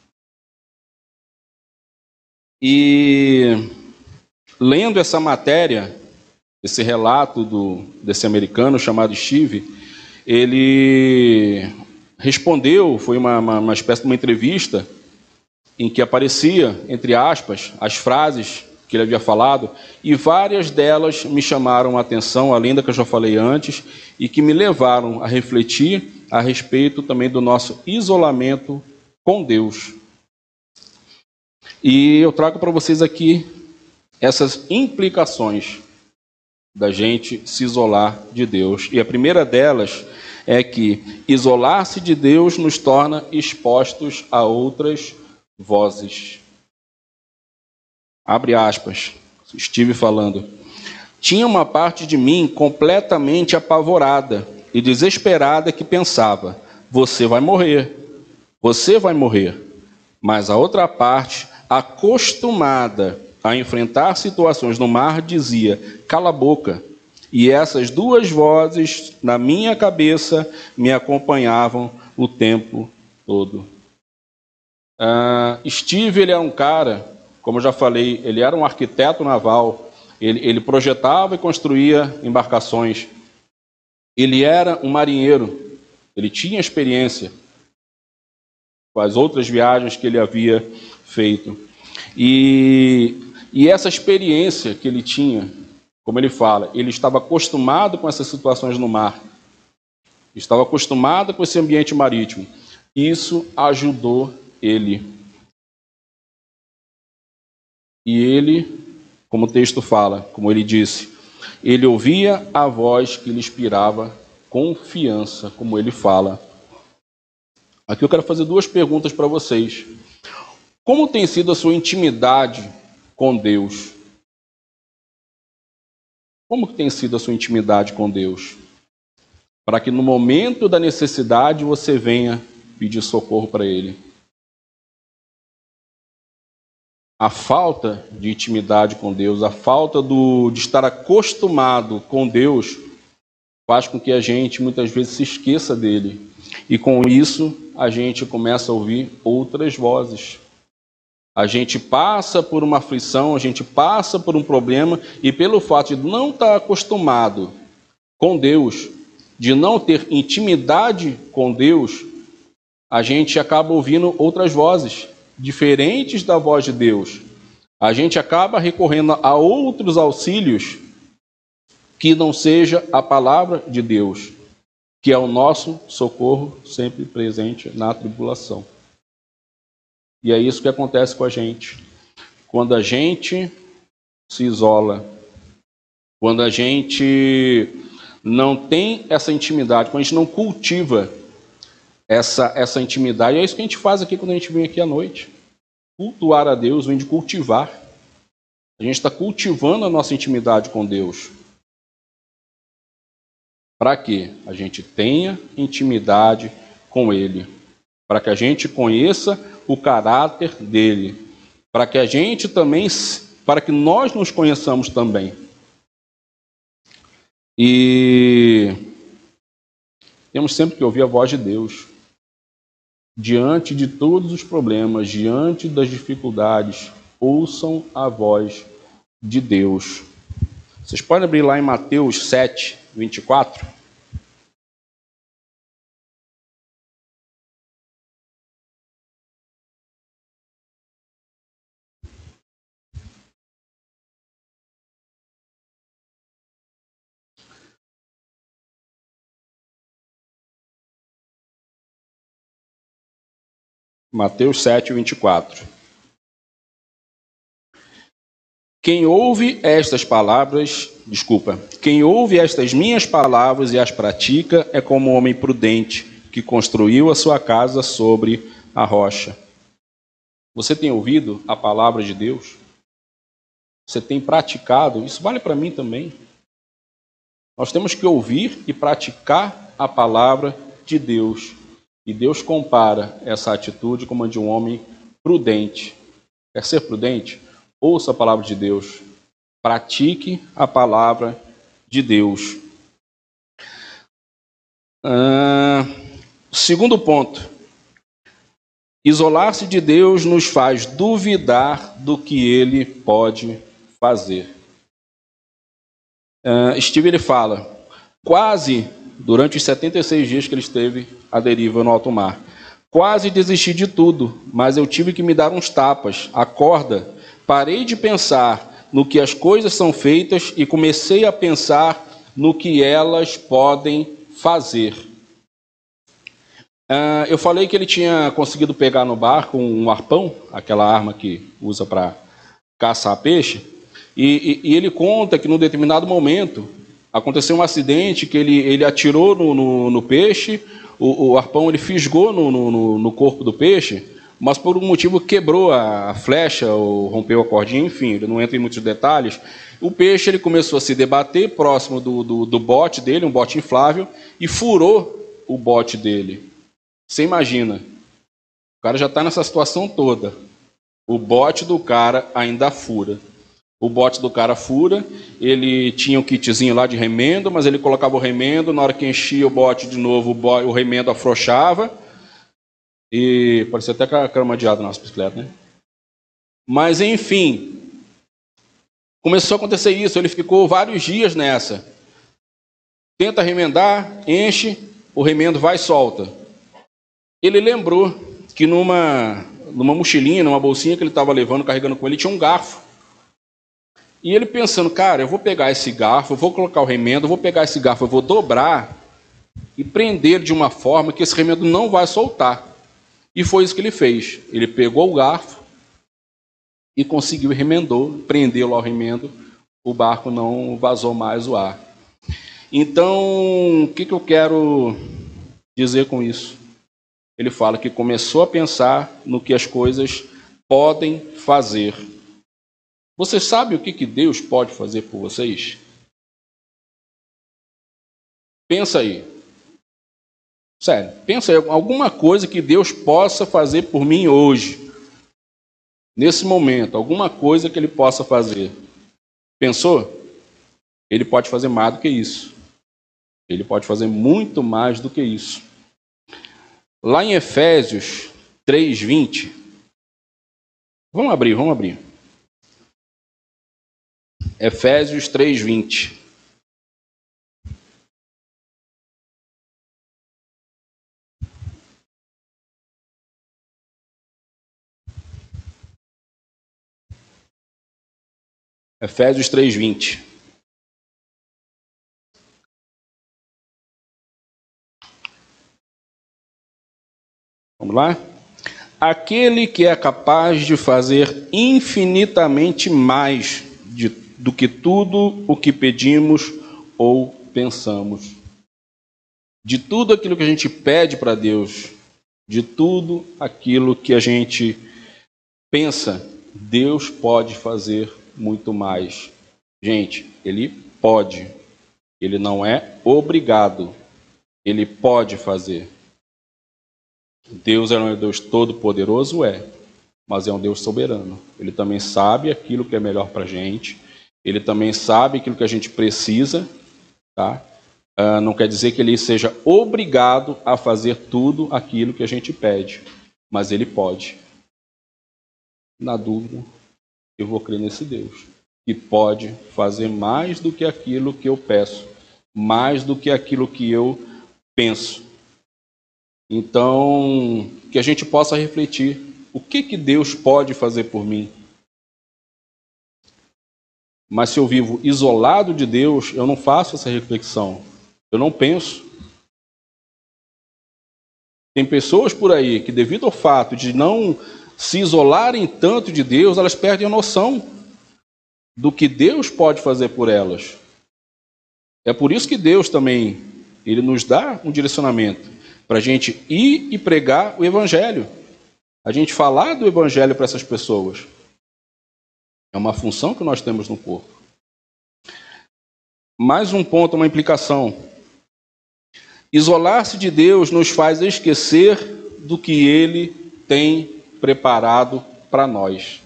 E lendo essa matéria, esse relato desse americano chamado Steve, ele respondeu, foi uma espécie de uma entrevista em que aparecia, entre aspas, as frases que ele havia falado, e várias delas me chamaram a atenção, além da que eu já falei antes, e que me levaram a refletir a respeito também do nosso isolamento com Deus. E eu trago para vocês aqui essas implicações da gente se isolar de Deus. E a primeira delas é que isolar-se de Deus nos torna expostos a outras vozes. Abre aspas, estive falando. Tinha uma parte de mim completamente apavorada e desesperada que pensava, você vai morrer. Mas a outra parte, acostumada a enfrentar situações no mar, dizia, cala a boca. E essas duas vozes na minha cabeça me acompanhavam o tempo todo. Steve, ele é um cara como eu já falei, ele era um arquiteto naval, ele projetava e construía embarcações. Ele era um marinheiro, ele tinha experiência com as outras viagens que ele havia feito. E essa experiência que ele tinha, como ele fala, ele estava acostumado com essas situações no mar, estava acostumado com esse ambiente marítimo. Isso ajudou ele. E ele, como o texto fala, como ele disse, ele ouvia a voz que lhe inspirava confiança, como ele fala. Aqui eu quero fazer duas perguntas para vocês. Como tem sido a sua intimidade com Deus? Como que tem sido a sua intimidade com Deus? Para que no momento da necessidade você venha pedir socorro para Ele. A falta de intimidade com Deus, a falta de estar acostumado com Deus, faz com que a gente muitas vezes se esqueça dele. E com isso, a gente começa a ouvir outras vozes. A gente passa por uma aflição, a gente passa por um problema, e pelo fato de não estar acostumado com Deus, de não ter intimidade com Deus, a gente acaba ouvindo outras vozes, diferentes da voz de Deus. A gente acaba recorrendo a outros auxílios que não seja a palavra de Deus, que é o nosso socorro sempre presente na tribulação. E é isso que acontece com a gente. Quando a gente se isola, quando a gente não tem essa intimidade, quando a gente não cultiva essa intimidade, é isso que a gente faz aqui quando a gente vem aqui à noite. Cultuar a Deus vem de cultivar. A gente está cultivando a nossa intimidade com Deus. Para que a gente tenha intimidade com Ele. Para que a gente conheça o caráter dele. Para que a gente também, para que nós nos conheçamos também. E temos sempre que ouvir a voz de Deus. Diante de todos os problemas, diante das dificuldades, ouçam a voz de Deus. Vocês podem abrir lá em Mateus 7, 24? Mateus 7, 24. Quem ouve estas minhas palavras e as pratica é como um homem prudente que construiu a sua casa sobre a rocha. Você tem ouvido a palavra de Deus? Você tem praticado? Isso vale para mim também. Nós temos que ouvir e praticar a palavra de Deus. E Deus compara essa atitude como a de um homem prudente. Quer ser prudente? Ouça a palavra de Deus. Pratique a palavra de Deus. Segundo ponto. Isolar-se de Deus nos faz duvidar do que Ele pode fazer. Steve ele fala, quase durante os 76 dias que ele esteve à deriva no alto mar, quase desisti de tudo, mas eu tive que me dar uns tapas, acorda, parei de pensar no que as coisas são feitas e comecei a pensar no que elas podem fazer. Eu falei que ele tinha conseguido pegar no barco um arpão, aquela arma que usa para caçar peixe, e ele conta que num determinado momento aconteceu um acidente que ele atirou no peixe, o arpão ele fisgou no corpo do peixe, mas por um motivo quebrou a flecha ou rompeu a cordinha, enfim, ele não entra em muitos detalhes. O peixe ele começou a se debater próximo do bote dele, um bote inflável, e furou o bote dele. Você imagina, o cara já está nessa situação toda, o bote do cara ainda fura. O bote do cara fura, ele tinha um kitzinho lá de remendo, mas ele colocava o remendo, na hora que enchia o bote de novo, o remendo afrouxava, e parecia até com a cama de ar da nossa bicicleta, né? Mas, enfim, começou a acontecer isso. Ele ficou vários dias nessa. Tenta remendar, enche, o remendo vai e solta. Ele lembrou que numa mochilinha, numa bolsinha que ele estava levando, carregando com ele, tinha um garfo. E ele pensando, cara, eu vou pegar esse garfo, eu vou colocar o remendo, eu vou pegar esse garfo, eu vou dobrar e prender de uma forma que esse remendo não vai soltar. E foi isso que ele fez. Ele pegou o garfo e conseguiu remendou, prendeu ao remendo, o barco não vazou mais o ar. Então, o que eu quero dizer com isso? Ele fala que começou a pensar no que as coisas podem fazer. Você sabe o que Deus pode fazer por vocês? Pensa aí. Sério, pensa aí, alguma coisa que Deus possa fazer por mim hoje. Nesse momento, alguma coisa que Ele possa fazer. Pensou? Ele pode fazer mais do que isso. Ele pode fazer muito mais do que isso. Lá em Efésios 3:20. Vamos abrir. Efésios 3:20. Efésios 3:20. Vamos lá? Aquele que é capaz de fazer infinitamente mais do que tudo o que pedimos ou pensamos. De tudo aquilo que a gente pede para Deus, de tudo aquilo que a gente pensa, Deus pode fazer muito mais. Gente, Ele pode. Ele não é obrigado. Ele pode fazer. Deus é um Deus todo-poderoso, mas é um Deus soberano. Ele também sabe aquilo que é melhor para a gente. Ele também sabe aquilo que a gente precisa, tá? Não quer dizer que Ele seja obrigado a fazer tudo aquilo que a gente pede, mas Ele pode. Na dúvida, eu vou crer nesse Deus, que pode fazer mais do que aquilo que eu peço, mais do que aquilo que eu penso. Então, que a gente possa refletir, o que Deus pode fazer por mim? Mas se eu vivo isolado de Deus, eu não faço essa reflexão, eu não penso. Tem pessoas por aí que, devido ao fato de não se isolarem tanto de Deus, elas perdem a noção do que Deus pode fazer por elas. É por isso que Deus também, Ele nos dá um direcionamento para a gente ir e pregar o Evangelho. A gente falar do Evangelho para essas pessoas. É uma função que nós temos no corpo. Mais um ponto, uma implicação. Isolar-se de Deus nos faz esquecer do que Ele tem preparado para nós.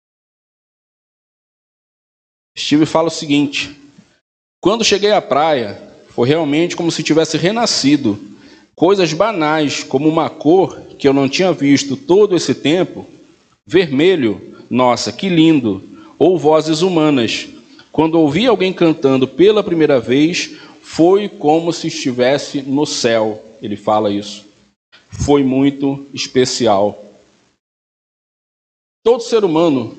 Steve fala o seguinte: quando cheguei à praia, foi realmente como se tivesse renascido. Coisas banais, como uma cor que eu não tinha visto todo esse tempo, vermelho, nossa, que lindo, ou vozes humanas. Quando ouvi alguém cantando pela primeira vez, foi como se estivesse no céu. Ele fala isso. Foi muito especial. Todo ser humano,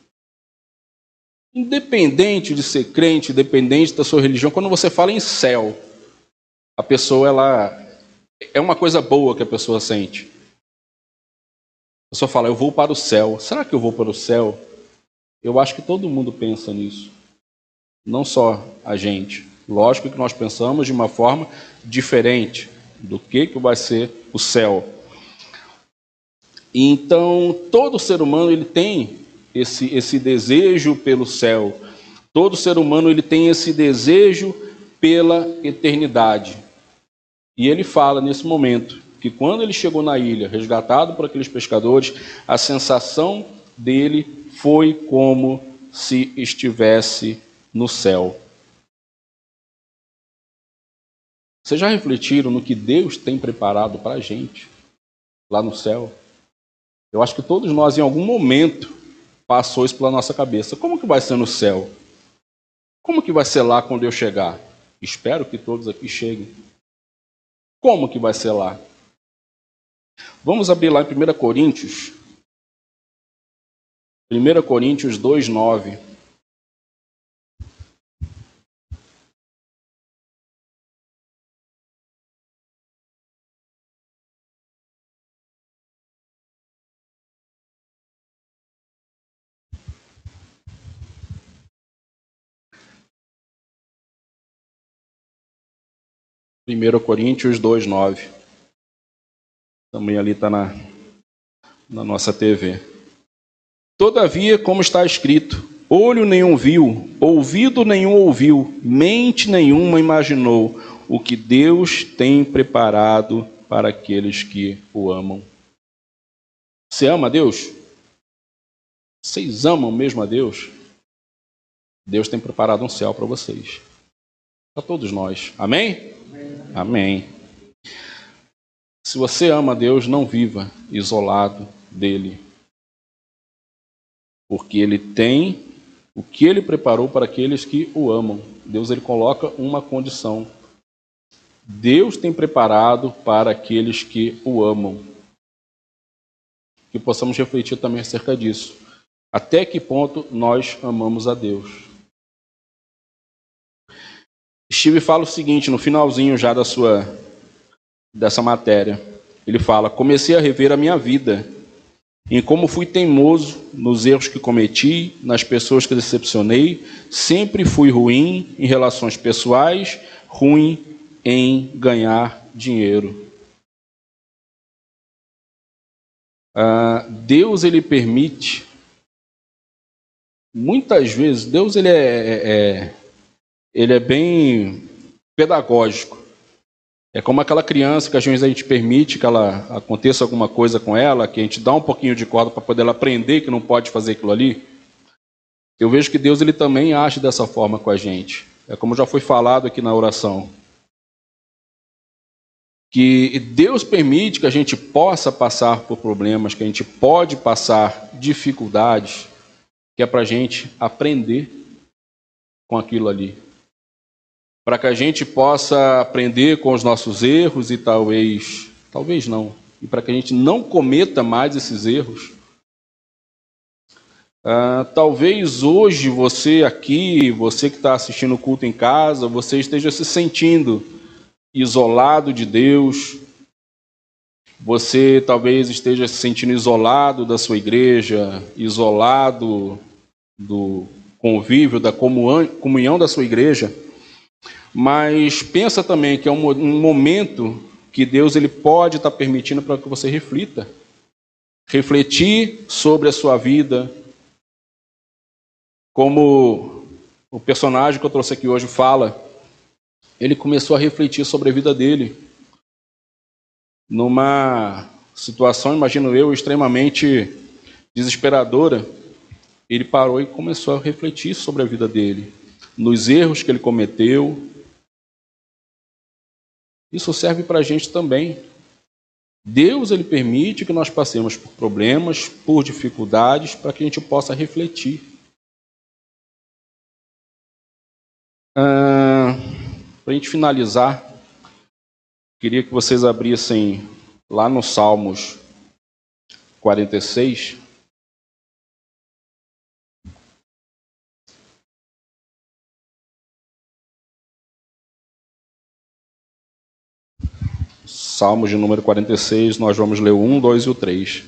independente de ser crente, independente da sua religião, quando você fala em céu, a pessoa, ela é uma coisa boa que a pessoa sente. A pessoa fala, eu vou para o céu. Será que eu vou para o céu? Eu acho que todo mundo pensa nisso. Não só a gente. Lógico que nós pensamos de uma forma diferente do que vai ser o céu. Então, todo ser humano ele tem esse desejo pelo céu. Todo ser humano ele tem esse desejo pela eternidade. E ele fala nesse momento que quando ele chegou na ilha, resgatado por aqueles pescadores, a sensação dele foi como se estivesse no céu. Vocês já refletiram no que Deus tem preparado para a gente lá no céu? Eu acho que todos nós, em algum momento, passou isso pela nossa cabeça. Como que vai ser no céu? Como que vai ser lá quando eu chegar? Espero que todos aqui cheguem. Como que vai ser lá? Vamos abrir lá em 1 Coríntios. 1 Coríntios 2:9. Primeiro Coríntios 2:9. Também ali está na nossa TV. Todavia, como está escrito, olho nenhum viu, ouvido nenhum ouviu, mente nenhuma imaginou o que Deus tem preparado para aqueles que o amam. Você ama a Deus? Vocês amam mesmo a Deus? Deus tem preparado um céu para vocês. Para todos nós. Amém? Amém. Se você ama a Deus, não viva isolado dele. Porque ele tem o que ele preparou para aqueles que o amam. Deus, ele coloca uma condição. Deus tem preparado para aqueles que o amam. Que possamos refletir também acerca disso. Até que ponto nós amamos a Deus? Steve fala o seguinte, no finalzinho já dessa matéria. Ele fala, comecei a rever a minha vida, em como fui teimoso nos erros que cometi, nas pessoas que decepcionei, sempre fui ruim em relações pessoais, ruim em ganhar dinheiro. Deus, ele permite, muitas vezes, Deus ele é bem pedagógico. É como aquela criança que às vezes a gente permite que ela aconteça alguma coisa com ela, que a gente dá um pouquinho de corda para poder ela aprender que não pode fazer aquilo ali. Eu vejo que Deus ele também age dessa forma com a gente. É como já foi falado aqui na oração. Que Deus permite que a gente possa passar por problemas, que a gente pode passar dificuldades, que é para a gente aprender com aquilo ali. Para que a gente possa aprender com os nossos erros e talvez não, e para que a gente não cometa mais esses erros. Talvez hoje você aqui, você que está assistindo o culto em casa, você esteja se sentindo isolado de Deus, você talvez esteja se sentindo isolado da sua igreja, isolado do convívio, da comunhão da sua igreja. Mas pensa também que é um momento que Deus ele pode estar permitindo para que você reflita. Refletir sobre a sua vida. Como o personagem que eu trouxe aqui hoje fala, ele começou a refletir sobre a vida dele. Numa situação, imagino eu, extremamente desesperadora, ele parou e começou a refletir sobre a vida dele. Nos erros que ele cometeu. Isso serve para a gente também. Deus ele permite que nós passemos por problemas, por dificuldades, para que a gente possa refletir. Para a gente finalizar, queria que vocês abrissem lá no Salmos 46. Salmos de número 46, nós vamos ler o 1, 2 e o 3.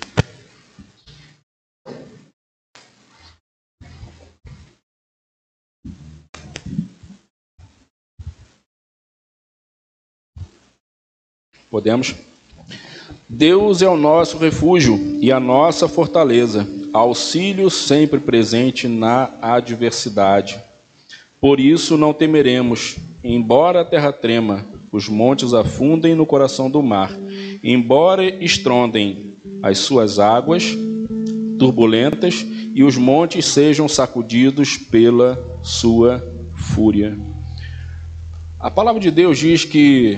Podemos? Deus é o nosso refúgio e a nossa fortaleza, auxílio sempre presente na adversidade. Por isso não temeremos, embora a terra trema, os montes afundem no coração do mar, embora estrondem as suas águas turbulentas e os montes sejam sacudidos pela sua fúria. A palavra de Deus diz que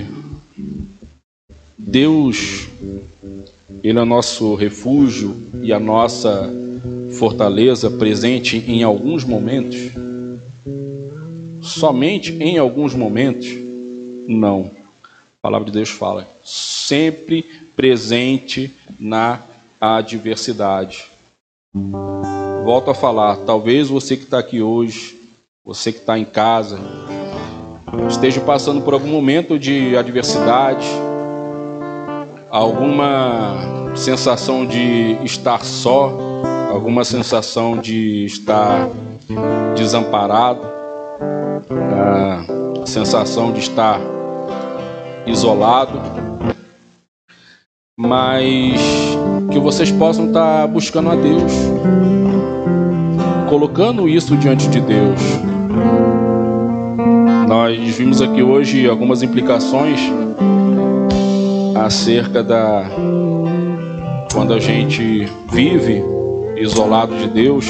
Deus, ele é o nosso refúgio e a nossa fortaleza presente em alguns momentos? Somente em alguns momentos? Não. A palavra de Deus fala, sempre presente na adversidade. Volto a falar, talvez você que está aqui hoje, você que está em casa, esteja passando por algum momento de adversidade, alguma sensação de estar só, alguma sensação de estar desamparado, a sensação de estar isolado, mas que vocês possam estar buscando a Deus, colocando isso diante de Deus. Nós vimos aqui hoje algumas implicações acerca da quando a gente vive isolado de Deus,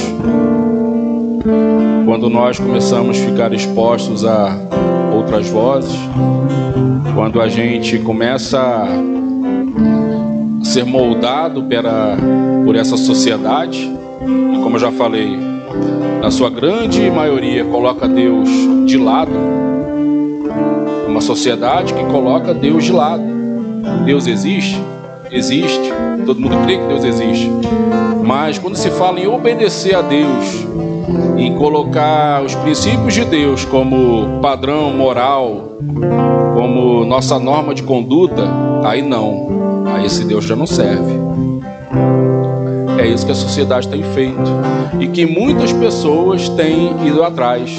quando nós começamos a ficar expostos a outras vozes, quando a gente começa a ser moldado por essa sociedade, e como eu já falei, na sua grande maioria coloca Deus de lado, uma sociedade que coloca Deus de lado. Deus existe? Existe, todo mundo crê que Deus existe, mas quando se fala em obedecer a Deus, em colocar os princípios de Deus como padrão moral, como nossa norma de conduta, aí não, aí esse Deus já não serve. É isso que a sociedade tem feito e que muitas pessoas têm ido atrás,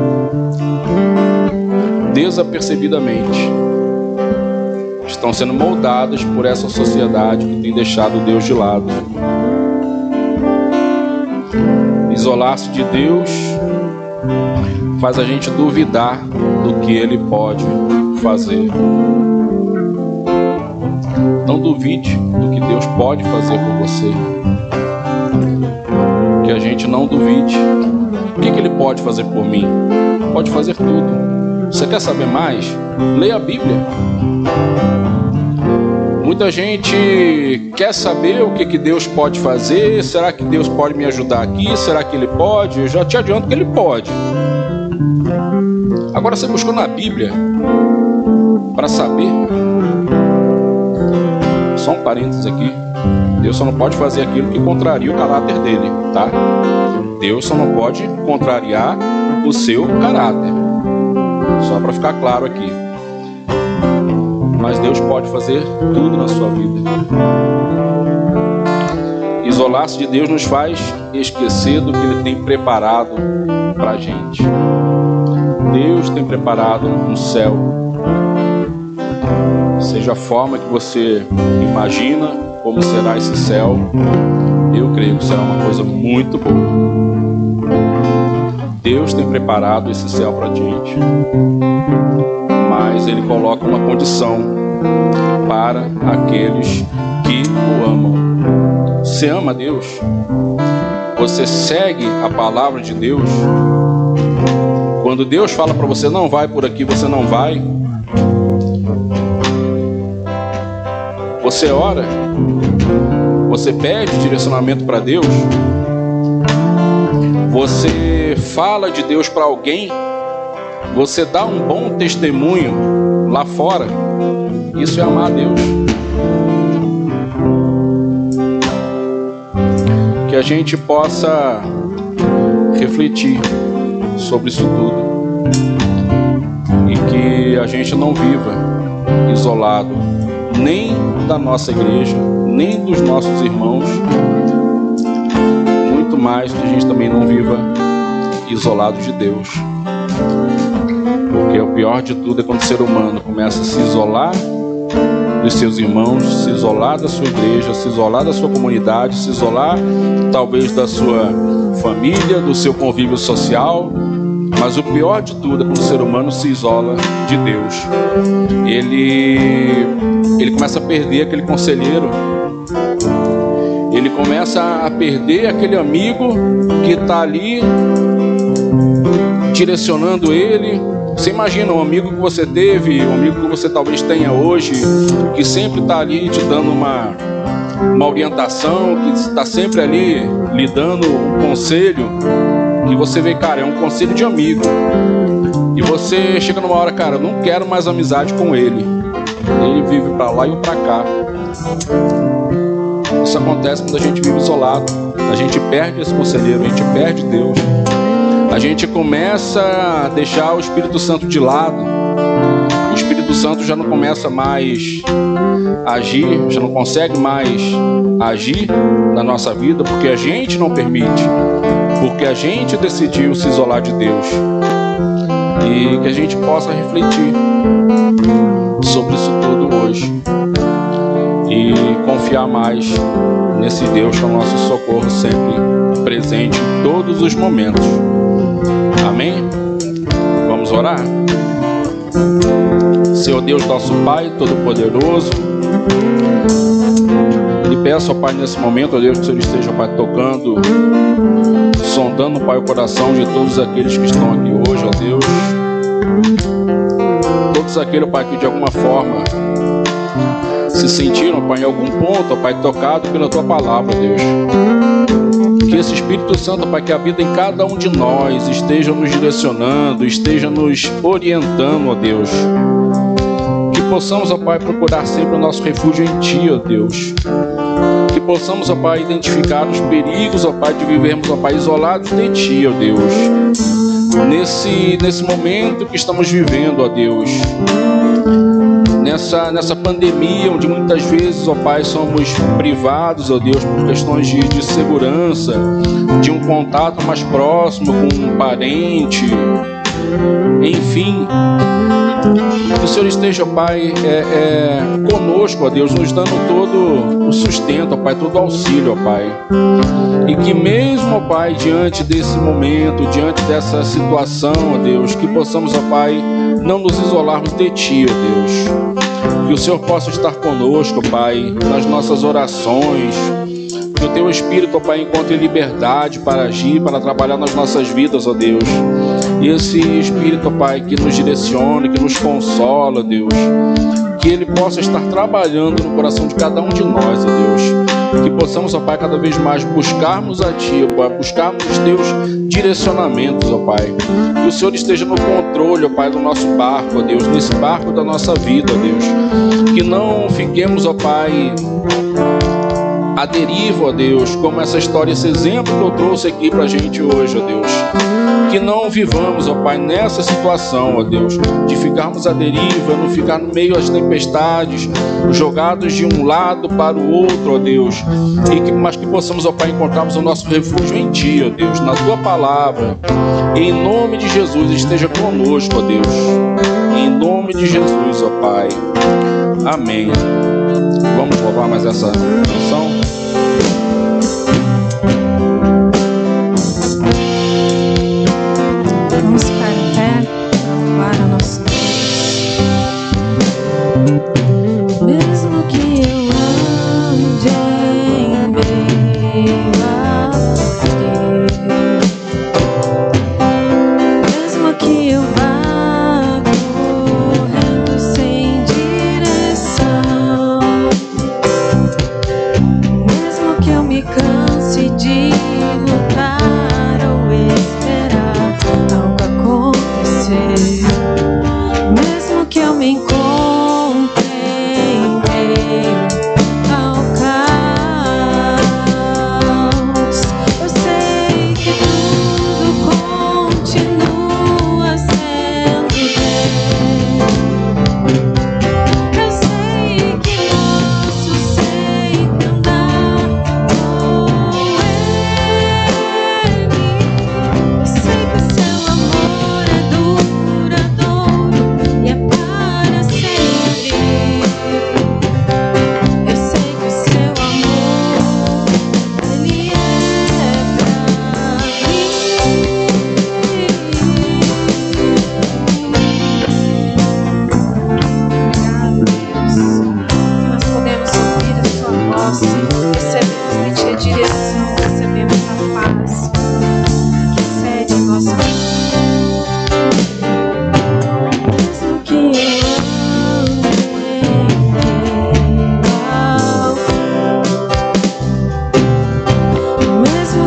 desapercebidamente. Estão sendo moldadas por essa sociedade que tem deixado Deus de lado. Isolar-se de Deus faz a gente duvidar do que Ele pode fazer. Não duvide do que Deus pode fazer por você. Que a gente não duvide. O que Ele pode fazer por mim? Pode fazer tudo. Você quer saber mais? Leia a Bíblia. Muita gente quer saber o que Deus pode fazer. Será que Deus pode me ajudar aqui? Será que Ele pode? Eu já te adianto que Ele pode. Agora você buscou na Bíblia para saber? Só um parênteses aqui. Deus só não pode fazer aquilo que contraria o caráter dele, tá? Deus só não pode contrariar o seu caráter. Só para ficar claro aqui. Mas Deus pode fazer tudo na sua vida. Isolar-se de Deus nos faz esquecer do que Ele tem preparado para a gente. Deus tem preparado um céu. Seja a forma que você imagina como será esse céu, eu creio que será uma coisa muito boa. Deus tem preparado esse céu para a gente. Mas Ele coloca uma condição para aqueles que o amam. Você ama Deus? Você segue a palavra de Deus? Quando Deus fala para você, não vai por aqui, você não vai. Você ora? Você pede direcionamento para Deus? Você fala de Deus para alguém? Você dá um bom testemunho lá fora? Isso é amar a Deus. Que a gente possa refletir sobre isso tudo e que a gente não viva isolado, nem da nossa igreja, nem dos nossos irmãos, muito mais que a gente também não viva isolado de Deus. Porque o pior de tudo é quando o ser humano começa a se isolar dos seus irmãos, se isolar da sua igreja, se isolar da sua comunidade, se isolar talvez da sua família, do seu convívio social. Mas o pior de tudo é quando o ser humano se isola de Deus. Ele começa a perder aquele conselheiro. Ele começa a perder aquele amigo que está ali direcionando ele. Você imagina um amigo que você teve, um amigo que você talvez tenha hoje, que sempre está ali te dando uma orientação, que está sempre ali lhe dando um conselho, que você vê, cara, é um conselho de amigo. E você chega numa hora, cara, eu não quero mais amizade com ele. Ele vive pra lá e eu pra cá. Isso acontece quando a gente vive isolado. A gente perde esse conselheiro, a gente perde Deus. A gente começa a deixar o Espírito Santo de lado. O Espírito Santo já não começa mais a agir, já não consegue mais agir na nossa vida, porque a gente não permite, porque a gente decidiu se isolar de Deus. E que a gente possa refletir sobre isso tudo hoje e confiar mais nesse Deus que é o nosso socorro sempre presente em todos os momentos. Amém? Vamos orar? Senhor Deus, nosso Pai Todo-Poderoso, lhe peço, ó Pai, nesse momento, ó Deus, que o Senhor esteja, ó Pai, tocando, sondando, Pai, o coração de todos aqueles que estão aqui hoje, ó Deus. Todos aqueles, ó Pai, que de alguma forma se sentiram, ó Pai, em algum ponto, ó Pai, tocado pela Tua Palavra, Deus. Que esse Espírito Santo, Pai, que habita em cada um de nós, esteja nos direcionando, esteja nos orientando, ó Deus. Que possamos, ó Pai, procurar sempre o nosso refúgio em Ti, ó Deus. Que possamos, ó Pai, identificar os perigos, ó Pai, de vivermos, ó Pai, isolados de Ti, ó Deus. Nesse momento que estamos vivendo, ó Deus. Nessa pandemia, onde muitas vezes, ó Pai, somos privados, ó Deus, por questões de segurança, de um contato mais próximo com um parente, enfim. Que o Senhor esteja, ó Pai, conosco, ó Deus, nos dando todo o sustento, ó Pai, todo o auxílio, ó Pai. E que mesmo, ó Pai, diante desse momento, diante dessa situação, ó Deus, que possamos, ó Pai, não nos isolarmos de Ti, ó Deus. Que o Senhor possa estar conosco, ó Pai, nas nossas orações. Que o Teu Espírito, ó Pai, encontre liberdade para agir, para trabalhar nas nossas vidas, ó Deus. E esse Espírito, ó Pai, que nos direcione, que nos consola, Deus. Que Ele possa estar trabalhando no coração de cada um de nós, ó Deus. Que possamos, ó Pai, cada vez mais buscarmos a Ti, ó Pai, buscarmos os Teus direcionamentos, ó Pai. Que o Senhor esteja no controle, ó Pai, do nosso barco, ó Deus, nesse barco da nossa vida, ó Deus. Que não fiquemos, ó Pai, à deriva, ó Deus, como essa história, esse exemplo que eu trouxe aqui pra gente hoje, ó Deus. Que não vivamos, ó Pai, nessa situação, ó Deus, de ficarmos à deriva, não ficar no meio das tempestades, jogados de um lado para o outro, ó Deus, mas que possamos, ó Pai, encontrarmos o nosso refúgio em Ti, ó Deus, na Tua Palavra. Em nome de Jesus, esteja conosco, ó Deus. Em nome de Jesus, ó Pai. Amém. Vamos louvar mais essa canção? Vamos ficar em pé, louvar a nosso Deus. Mesmo que eu ande em meio a Deus, mesmo que eu vá correndo sem direção,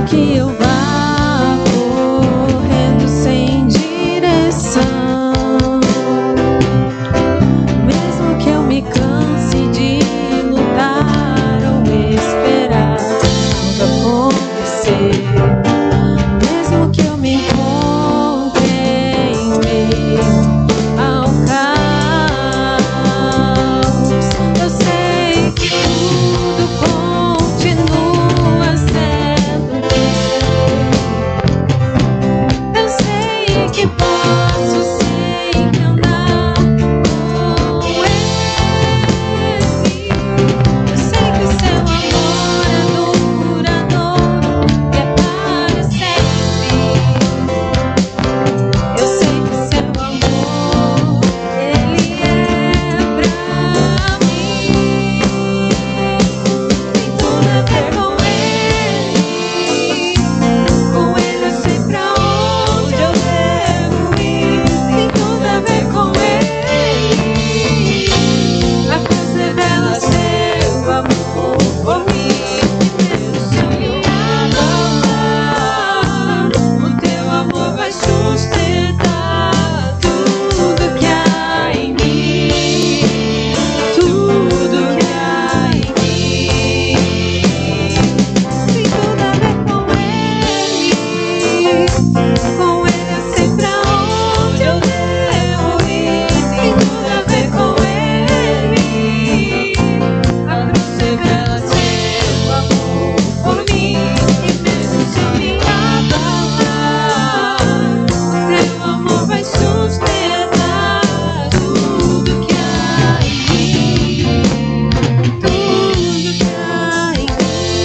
que eu vá correndo sem direção, mesmo que eu me canse de lutar ou esperar tudo acontecer, mesmo que eu me encontre em meio ao caos, eu sei que tudo continua sendo bem. Eu sei que posso sempre andar com Ele. Eu sei que o seu amor é duradouro e é para sempre. Eu sei que o seu amor, ele é pra mim. Tem tudo a ver com ele. Com ele eu sei pra onde eu devo ir. Tem tudo a ver com ele. A cruz revela seu amor por mim. Mesmo se eu me abalar, o teu amor vai sustentar tudo que há em mim. Tudo que há em mim. Tem tudo a ver com ele. Com ele eu sei pra onde eu devo ir. Tem tudo a ver com ele. A cruz revela seu amor por mim. E mesmo se eu me abalar, o teu amor vai sustentar tudo que há em mim. Tudo que há em mim.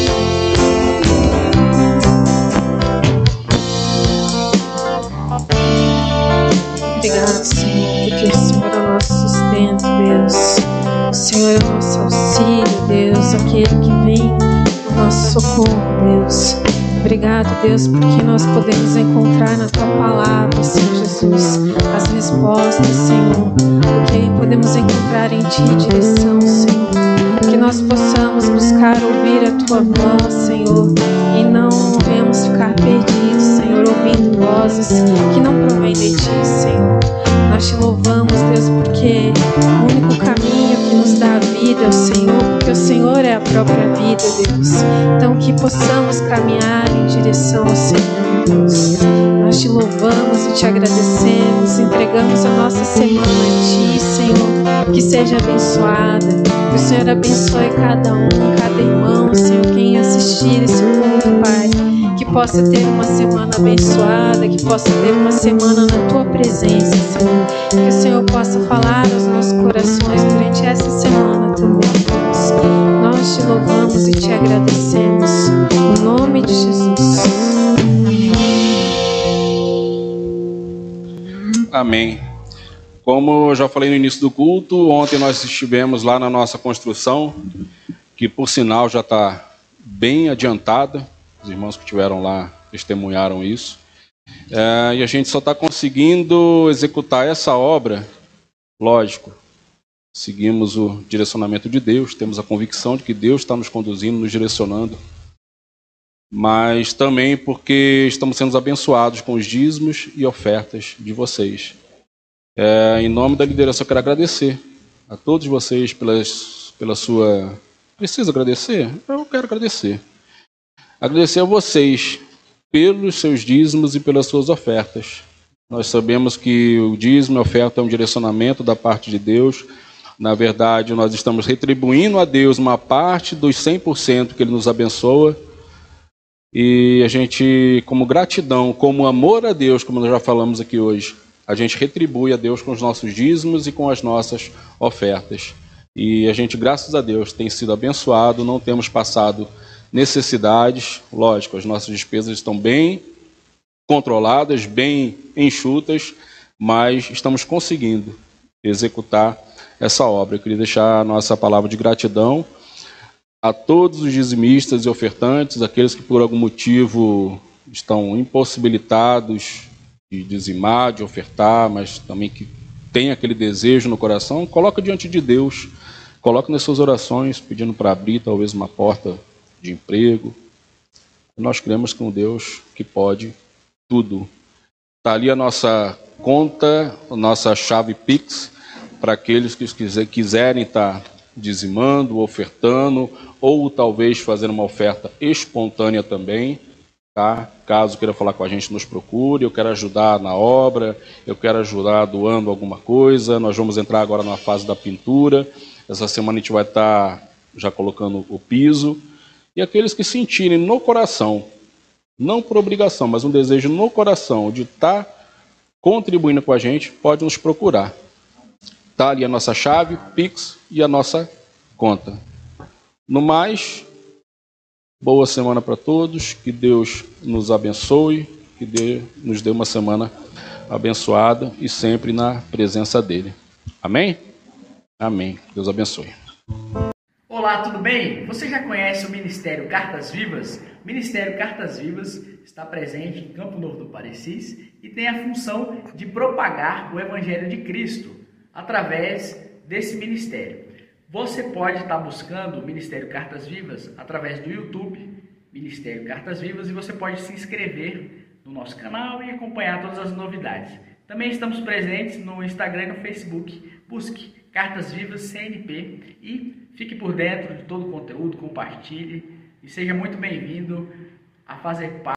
Obrigado, Senhor, porque o Senhor é o nosso sustento, Deus. O Senhor é o nosso auxílio, Deus, aquele que vem no nosso socorro, Deus. Obrigado, Deus, porque nós podemos encontrar na Tua palavra, Senhor Jesus, as respostas, Senhor. Porque podemos encontrar em Ti direção, Senhor. Que nós possamos buscar ouvir a Tua voz, Senhor, e não venhamos ficar perdidos, Senhor, ouvindo vozes que não provêm de Ti, Senhor. Nós Te louvamos, Deus, porque o único caminho que nos dá a vida é o Senhor, porque o Senhor é a própria vida, Deus. Então que possamos caminhar em direção ao Senhor, Deus. Nós Te louvamos e Te agradecemos, entregamos a nossa semana a Ti, Senhor, que seja abençoada, que o Senhor abençoe cada um, cada irmão, Senhor, quem assistir esse culto, Pai, que possa ter uma semana abençoada, que possa ter uma semana na Tua presença, Senhor, que o Senhor possa falar aos nossos corações durante essa semana também, Deus. Nós Te louvamos e Te agradecemos, em nome de Jesus. Amém. Como eu já falei no início do culto, ontem nós estivemos lá na nossa construção, que por sinal já está bem adiantada. Os irmãos que estiveram lá testemunharam isso. E a gente só está conseguindo executar essa obra, lógico, seguimos o direcionamento de Deus, temos a convicção de que Deus está nos conduzindo, nos direcionando, mas também porque estamos sendo abençoados com os dízimos e ofertas de vocês. Em nome da liderança, eu quero agradecer a todos vocês pela sua... Preciso agradecer? Eu quero agradecer. Agradecer a vocês pelos seus dízimos e pelas suas ofertas. Nós sabemos que o dízimo e a oferta é um direcionamento da parte de Deus. Na verdade, nós estamos retribuindo a Deus uma parte dos 100% que Ele nos abençoa. E a gente, como gratidão, como amor a Deus, como nós já falamos aqui hoje, a gente retribui a Deus com os nossos dízimos e com as nossas ofertas. E a gente, graças a Deus, tem sido abençoado, não temos passado necessidades. Lógico, as nossas despesas estão bem controladas, bem enxutas, mas estamos conseguindo executar essa obra. Eu queria deixar a nossa palavra de gratidão a todos os dizimistas e ofertantes, aqueles que por algum motivo estão impossibilitados de dizimar, de ofertar, mas também que tem aquele desejo no coração. Coloca diante de Deus, coloca nas suas orações, pedindo para abrir talvez uma porta de emprego, Nós cremos com um Deus que pode tudo. Está ali a nossa conta, a nossa chave Pix, para aqueles que quiserem estar dizimando, ofertando, ou talvez fazendo uma oferta espontânea também. Tá? Caso queira falar com a gente, nos procure. Eu quero ajudar na obra, eu quero ajudar doando alguma coisa. Nós vamos entrar agora na fase da pintura. Essa semana a gente vai estar já colocando o piso. E aqueles que sentirem no coração, não por obrigação, mas um desejo no coração de estar contribuindo com a gente, pode nos procurar. Está ali a nossa chave, Pix e a nossa conta. No mais, boa semana para todos, que Deus nos abençoe, que nos dê uma semana abençoada e sempre na presença dEle. Amém? Amém. Deus abençoe. Olá, tudo bem? Você já conhece o Ministério Cartas Vivas? O Ministério Cartas Vivas está presente em Campo Novo do Parecis e tem a função de propagar o Evangelho de Cristo através desse ministério. Você pode estar buscando o Ministério Cartas Vivas através do YouTube, Ministério Cartas Vivas, e você pode se inscrever no nosso canal e acompanhar todas as novidades. Também estamos presentes no Instagram e no Facebook. Busque Cartas Vivas CNP e fique por dentro de todo o conteúdo, compartilhe e seja muito bem-vindo a fazer parte